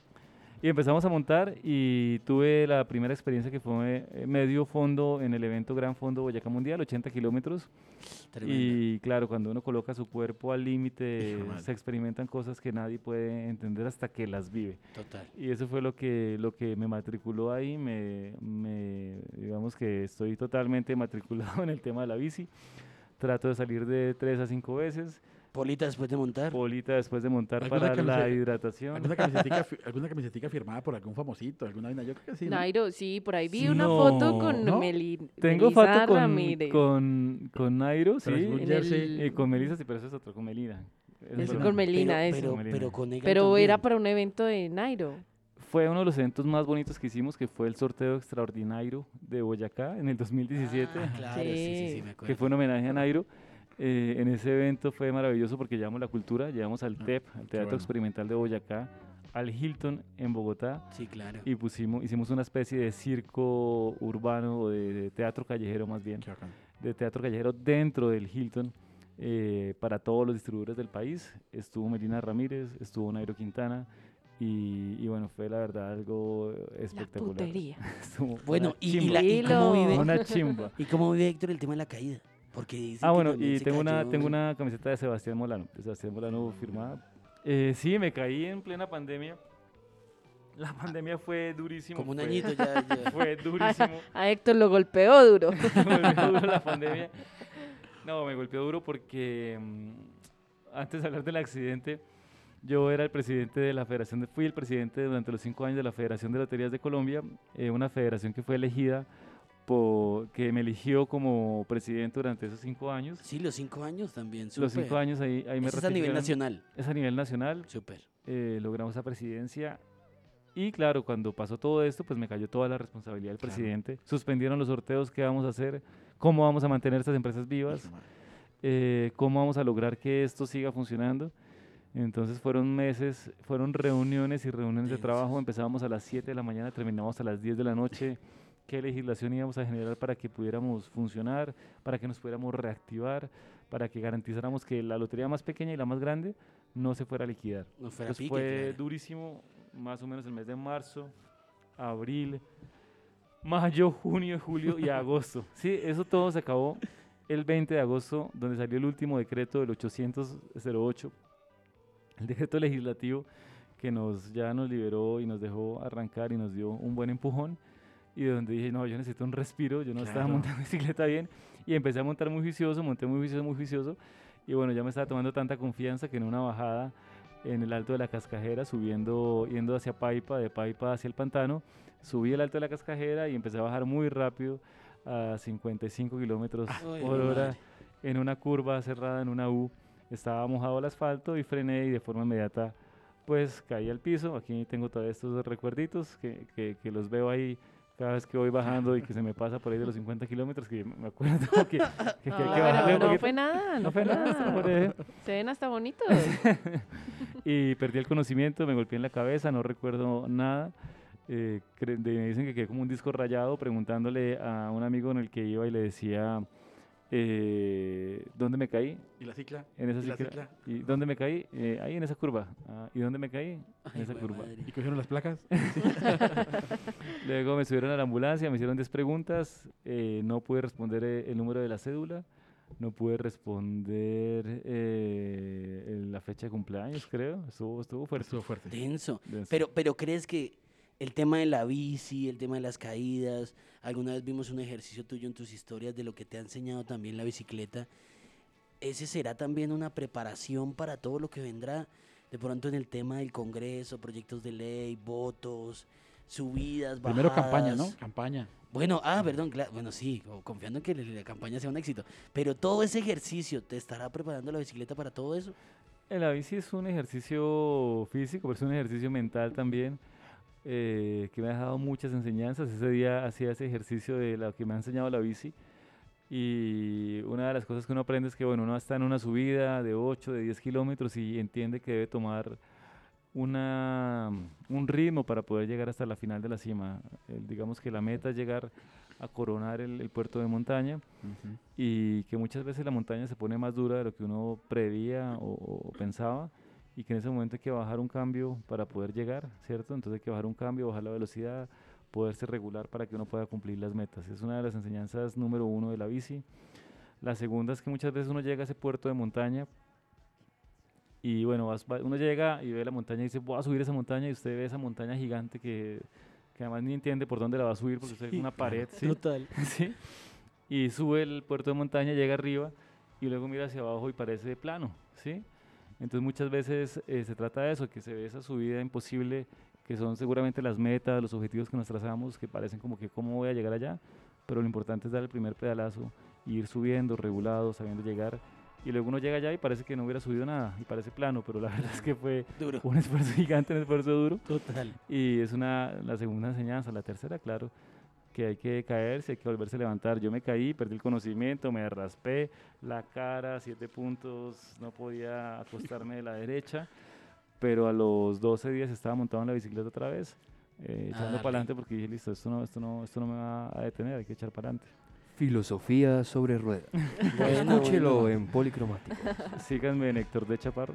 y empezamos a montar y tuve la primera experiencia que fue eh, medio fondo en el evento Gran Fondo Boyacá Mundial, ochenta kilómetros.
Tremendo.
Y claro, cuando uno coloca su cuerpo al límite,
Hijo de madre.
se experimentan cosas que nadie puede entender hasta que las vive.
Total.
Y eso fue lo que, lo que me matriculó ahí, me, me, digamos que estoy totalmente matriculado en el tema de la bici. Trato de salir de tres a cinco veces,
Polita después de montar.
polita después de montar
¿Alguna
para la
camiseta-
hidratación.
¿Alguna camisetica, fi- ¿Alguna camisetica firmada por algún famosito? ¿Alguna vaina? Yo creo que sí, ¿no?
Nairo, sí, por ahí vi
Sí,
una
no.
foto con
¿No?
Meli,
Tengo
Melissa
foto con,
Ramírez.
con, con Nairo, sí,
Pero es un
En
jersey.
el-
y con Melissa, sí, pero eso es otro, con Melina. Eso
Eso
fue-
con Melina,
pero,
eso.
Pero,
Melina.
pero con Egan
Pero
también.
era para un evento de Nairo.
Fue uno de los eventos más bonitos que hicimos, que fue el sorteo extraordinario de Boyacá en el dos mil diecisiete,
Ah, claro, sí, sí, sí,
Sí.
me acuerdo.
que fue un homenaje a Nairo. Eh, en ese evento fue maravilloso porque llevamos la cultura, llevamos al
Ah,
T E P, al Teatro
bueno.
Experimental de Boyacá, al Hilton en Bogotá,
Sí, claro.
y pusimos, hicimos una especie de circo urbano, o de, de teatro callejero más bien,
Qué bacán.
de teatro callejero dentro del Hilton, eh, para todos los distribuidores del país. Estuvo Melina Ramírez, estuvo Nairo Quintana, y, y bueno, fue la verdad algo
La
espectacular.
putería.
Estuvo
Bueno,
una
y, y
chimba,
la- y cómo
Dilo.
vive,
una chimba.
¿y cómo vive Héctor el tema de la caída? Porque dicen
Ah,
que
bueno,
también
y
se
tengo una,
cayó
tengo
en-
una camiseta de Sebastián Molano, de Sebastián Molano firmada. Eh, sí, me caí en plena pandemia. La pandemia fue durísimo.
como un
fue-
añito ya. ya.
Fue
A,
durísimo.
a Héctor lo golpeó duro.
Me golpeó duro la pandemia. No, me golpeó duro porque mm, antes de hablar del accidente, yo era el presidente de la federación, de, fui el presidente durante los cinco años de la Federación de Loterías de Colombia, eh, una federación que fue elegida, por, que me eligió como presidente durante esos cinco años.
Sí, los cinco años también.
Los
súper.
cinco años ahí, ahí me
Eso es a nivel
ratificaron.
nacional.
Es a nivel nacional,
Súper.
eh, logramos esa presidencia. Y claro, cuando pasó todo esto, pues me cayó toda la responsabilidad del
Claro.
presidente. Suspendieron los sorteos, ¿qué vamos a hacer? ¿Cómo vamos a mantener estas empresas vivas?
Hijo de madre.
Eh, ¿Cómo vamos a lograr que esto siga funcionando? Entonces fueron meses, fueron reuniones y reuniones de
Tensas.
trabajo. Empezábamos a las siete de la mañana, terminábamos a las diez de la noche. ¿Qué legislación íbamos a generar para que pudiéramos funcionar, para que nos pudiéramos reactivar, para que garantizáramos que la lotería más pequeña y la más grande no se fuera a liquidar?
No fuera
Entonces
pique,
fue
claro.
durísimo, más o menos el mes de marzo, abril, mayo, junio, julio y agosto. Sí, eso todo se acabó el veinte de agosto, donde salió el último decreto del ochocientos cero ocho, el decreto legislativo que nos ya nos liberó y nos dejó arrancar y nos dio un buen empujón, y donde dije, no, yo necesito un respiro, yo no estaba
Claro.
montando bicicleta bien, y empecé a montar muy juicioso, monté muy juicioso, muy juicioso, y bueno, ya me estaba tomando tanta confianza que en una bajada en el alto de la Cascajera, subiendo, yendo hacia Paipa, de Paipa hacia el pantano, subí el alto de la Cascajera y empecé a bajar muy rápido a cincuenta y cinco kilómetros
Ay,
por
mi
hora
madre.
en una curva cerrada, en una U. Estaba mojado el asfalto y frené y de forma inmediata pues caí al piso. Aquí tengo todos estos recuerditos que, que, que los veo ahí cada vez que voy bajando y que se me pasa por ahí de los cincuenta kilómetros, que me acuerdo que, que, que hay que
Ah,
bajarle un
no
poquito.
fue nada,
No fue nada, se lo juré.
Se ven hasta bonitos.
Y perdí el conocimiento, me golpeé en la cabeza, no recuerdo nada. Eh, cre- de- me dicen que quedé como un disco rayado, preguntándole a un amigo en el que iba y le decía, eh, ¿dónde me caí?
¿Y la cicla?
En esa
¿Y la
cicla.
cicla?
¿Y dónde me caí? Eh, ahí en esa curva. Ah, ¿y dónde me caí? En
Ay,
esa
jue
curva.
madre.
¿Y cogieron las placas?
Luego me subieron a la ambulancia, me hicieron diez preguntas, eh, no pude responder eh, el número de la cédula, no pude responder eh, el- la fecha de cumpleaños, creo. Estuvo, estuvo fuerte.
Estuvo fuerte.
Denso.
denso.
Pero, pero ¿crees que el tema de la bici, el tema de las caídas, alguna vez vimos un ejercicio tuyo en tus historias de lo que te ha enseñado también la bicicleta, ese será también una preparación para todo lo que vendrá de pronto en el tema del Congreso, proyectos de ley, votos, subidas, bajadas.
Primero campaña, ¿no? Campaña.
Bueno, ah, perdón, claro, bueno, sí, o- confiando en que la, la campaña sea un éxito. Pero todo ese ejercicio, ¿te estará preparando la bicicleta para todo eso?
En la bici es un ejercicio físico, pero es un ejercicio mental también, eh, que me ha dejado muchas enseñanzas. Ese día hacía ese ejercicio de lo que me ha enseñado la bici. Y una de las cosas que uno aprende es que, bueno, uno está en una subida de ocho, de diez kilómetros y entiende que debe tomar una, un ritmo para poder llegar hasta la final de la cima. El- digamos que la meta es llegar a coronar el, el puerto de montaña
Ujú.
y que muchas veces la montaña se pone más dura de lo que uno preveía o, o pensaba y que en ese momento hay que bajar un cambio para poder llegar, ¿cierto? Entonces hay que bajar un cambio, bajar la velocidad, poderse regular para que uno pueda cumplir las metas. Es una de las enseñanzas número uno de la bici. La segunda es que muchas veces uno llega a ese puerto de montaña y bueno, vas- va- uno llega y ve la montaña y dice, voy a subir esa montaña y usted ve esa montaña gigante que, que además ni entiende por dónde la va a subir porque usted ve una pared, ¿sí?
Total.
¿sí? Y sube el puerto de montaña, llega arriba y luego mira hacia abajo y parece plano, ¿sí? Entonces muchas veces eh, se trata de eso, que se ve esa subida imposible, que son seguramente las metas, los objetivos que nos trazamos, que parecen como que cómo voy a llegar allá, pero lo importante es dar el primer pedalazo, y ir subiendo, regulado, sabiendo llegar, y luego uno llega allá y parece que no hubiera subido nada, y parece plano, pero la verdad es que fue
Duro.
un esfuerzo gigante, un esfuerzo duro,
Total.
y es una, la segunda enseñanza. La tercera, claro, que hay que caerse, hay que volverse a levantar. Yo me caí, perdí el conocimiento, me raspé la cara, siete puntos, no podía acostarme de la derecha, pero a los doce días estaba montado en la bicicleta otra vez, eh, echando
Dale.
para adelante porque dije, listo, esto no, esto, no, esto no me va a detener, hay que echar para adelante.
Filosofía sobre ruedas.
Bueno,
Escúchelo
bueno.
en Policromático.
Síganme en Héctor de Chaparro.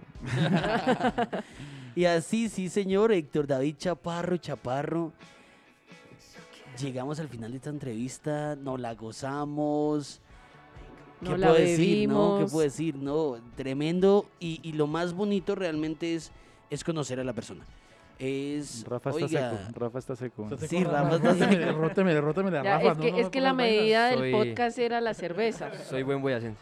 Y así, sí, señor, Héctor David Chaparro, Chaparro. Llegamos al final de esta entrevista, nos la gozamos. ¿Qué
No la
puedo decir, no? ¿Qué
bebimos.
puedo decir? No, tremendo. Y, y lo más bonito realmente es, es conocer a la persona. Es,
Rafa está
oiga,
seco, Rafa está seco.
Está
Sí,
seco,
Rafa está
rótemele,
seco.
rótemele, rótemele a
Ya,
Rafa.
es
no,
que,
no
es
me
que la
pongas vainas.
medida del
Soy-
podcast era la cerveza.
Soy buen boyacense.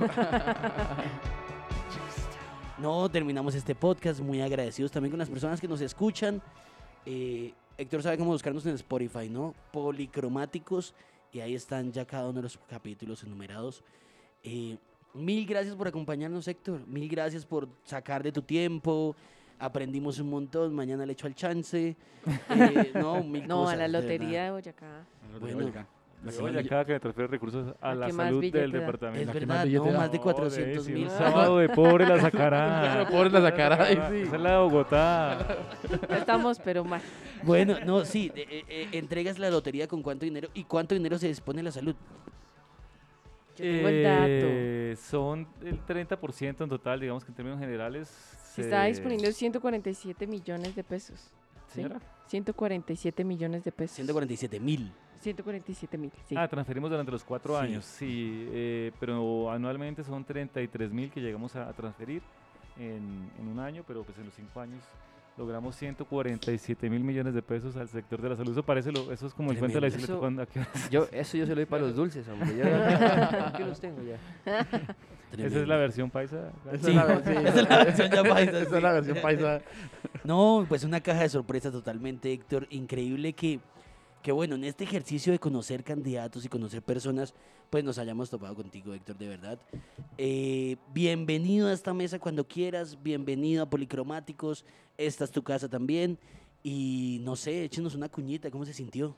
No, terminamos este podcast muy agradecidos también con las personas que nos escuchan. Eh, Héctor sabe cómo buscarnos en Spotify, ¿no? Policromáticos, y ahí están ya cada uno de los capítulos enumerados. Eh, mil gracias por acompañarnos, Héctor. Mil gracias por sacar de tu tiempo. Aprendimos un montón. Mañana le echo al chance. Eh, no, mil
No,
cosas,
a la
de verdad.
lotería de Boyacá.
Bueno.
Oiga, la que
Yo
más
voy
bille-
acá que me transfiere recursos a
La
la
que más
salud
billete
del
da.
departamento.
Es
La que más
verdad, no,
billete da.
más de
No,
cuatrocientos
sí,
mil.
Un sábado de pobre la sacará.
Claro, pobre la sacará, ahí sí.
Esa es la de Bogotá.
Ya estamos, pero mal.
Bueno, no, sí. eh, eh, eh, entregas la lotería con cuánto dinero y cuánto dinero se dispone la salud.
Yo tengo el dato.
Eh, son el treinta por ciento en total, digamos que en términos generales.
Se está
se-
disponiendo ciento cuarenta y siete millones de pesos. ¿Sí?
Señora.
ciento cuarenta y siete millones de pesos.
ciento cuarenta y siete mil.
ciento cuarenta y siete mil, sí.
Ah, transferimos durante los cuatro
Sí.
años, sí, eh, pero anualmente son treinta y tres mil que llegamos a, a transferir en, en un año, pero pues en los cinco años logramos ciento cuarenta y siete mil millones de pesos al sector de la salud. Eso parece, lo, eso es como el cuento de la
Tremendo.
bicicleta.
Eso-
Cuando, ¿a qué horas?
Yo, eso yo se lo doy para los dulces, hombre. Yo aquí los tengo ya.
Esa es la versión paisa.
Esa
Sí,
es la ver- sí,
esa es la versión ya paisa,
Esa
sí.
es la versión paisa.
No, pues una caja de sorpresa totalmente, Héctor. Increíble que, que, bueno, en este ejercicio de conocer candidatos y conocer personas, pues nos hayamos topado contigo, Héctor, de verdad. Eh, bienvenido a esta mesa cuando quieras, bienvenido a Policromáticos, esta es tu casa también. Y no sé, échenos una cuñita, ¿cómo se sintió?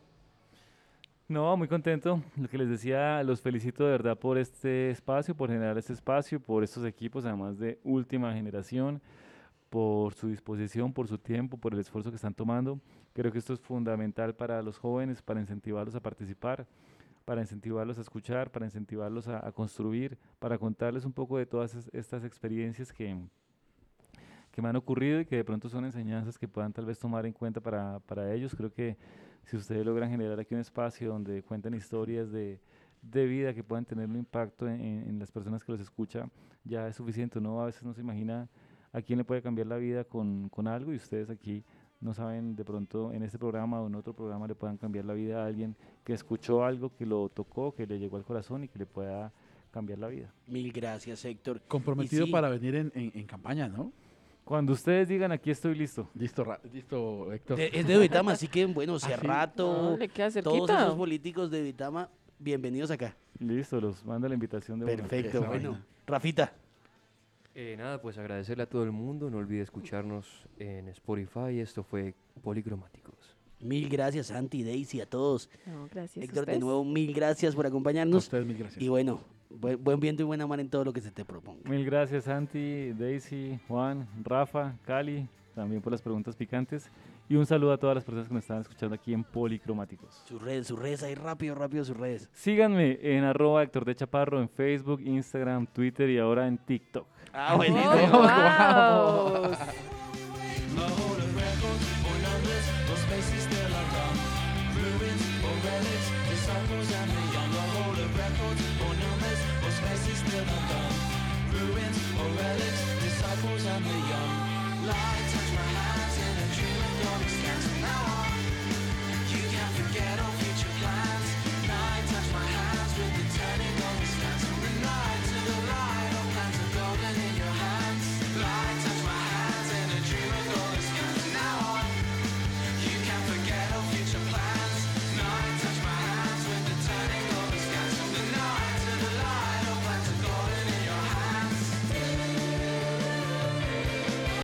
No, muy contento. Lo que les decía, los felicito de verdad por este espacio, por generar este espacio, por estos equipos, además de última generación, por su disposición, por su tiempo, por el esfuerzo que están tomando. Creo que esto es fundamental para los jóvenes, para incentivarlos a participar, para incentivarlos a escuchar, para incentivarlos a, a construir, para contarles un poco de todas es- estas experiencias que, que me han ocurrido y que de pronto son enseñanzas que puedan tal vez tomar en cuenta para, para ellos. Creo que si ustedes logran generar aquí un espacio donde cuenten historias de, de vida que puedan tener un impacto en, en- en las personas que los escuchan, ya es suficiente. Uno a veces no se imagina a quién le puede cambiar la vida con, con algo, y ustedes aquí no saben, de pronto en este programa o en otro programa le puedan cambiar la vida a alguien que escuchó algo, que lo tocó, que le llegó al corazón y que le pueda cambiar la vida.
Mil gracias, Héctor.
Comprometido
Y sí.
para venir en, en, en campaña, ¿no?
Cuando ustedes digan, aquí estoy listo.
Listo, Ra- listo, Héctor.
De- es de Duitama, así que bueno,
sí?
Cerrato,
No, le queda
todos
cerquita.
esos políticos de Duitama, bienvenidos acá.
Listo, los manda la invitación de una.
Perfecto,
Esa
bueno.
vaina.
Rafita,
Eh, nada, pues agradecerle a todo el mundo. No olvide escucharnos en Spotify. Esto fue Policromáticos.
mil gracias, Santi, Daisy, a todos.
No, gracias a
Héctor, de
ustedes.
nuevo, mil gracias por
A
acompañarnos.
ustedes, mil gracias.
Y bueno, buen, buen viento y buena mar en todo lo que se te proponga.
Mil gracias, Santi, Daisy, Juan, Rafa, Cali, también por las preguntas picantes. Y un saludo a todas las personas que nos están escuchando aquí en Policromáticos.
Sus redes, sus redes, ahí rápido, rápido sus redes.
Síganme en arroba Héctor de Chaparro en Facebook, Instagram, Twitter y ahora en TikTok.
Ah,
¡Oh,
buenísimo.
wow!
No hold of records or numbers or spaces still undone. Ruins or relics, disciples and the young. No hold of records or numbers or spaces still undone. Ruins or relics, disciples and the young. Light touch my hands in a dream of your expanse. Now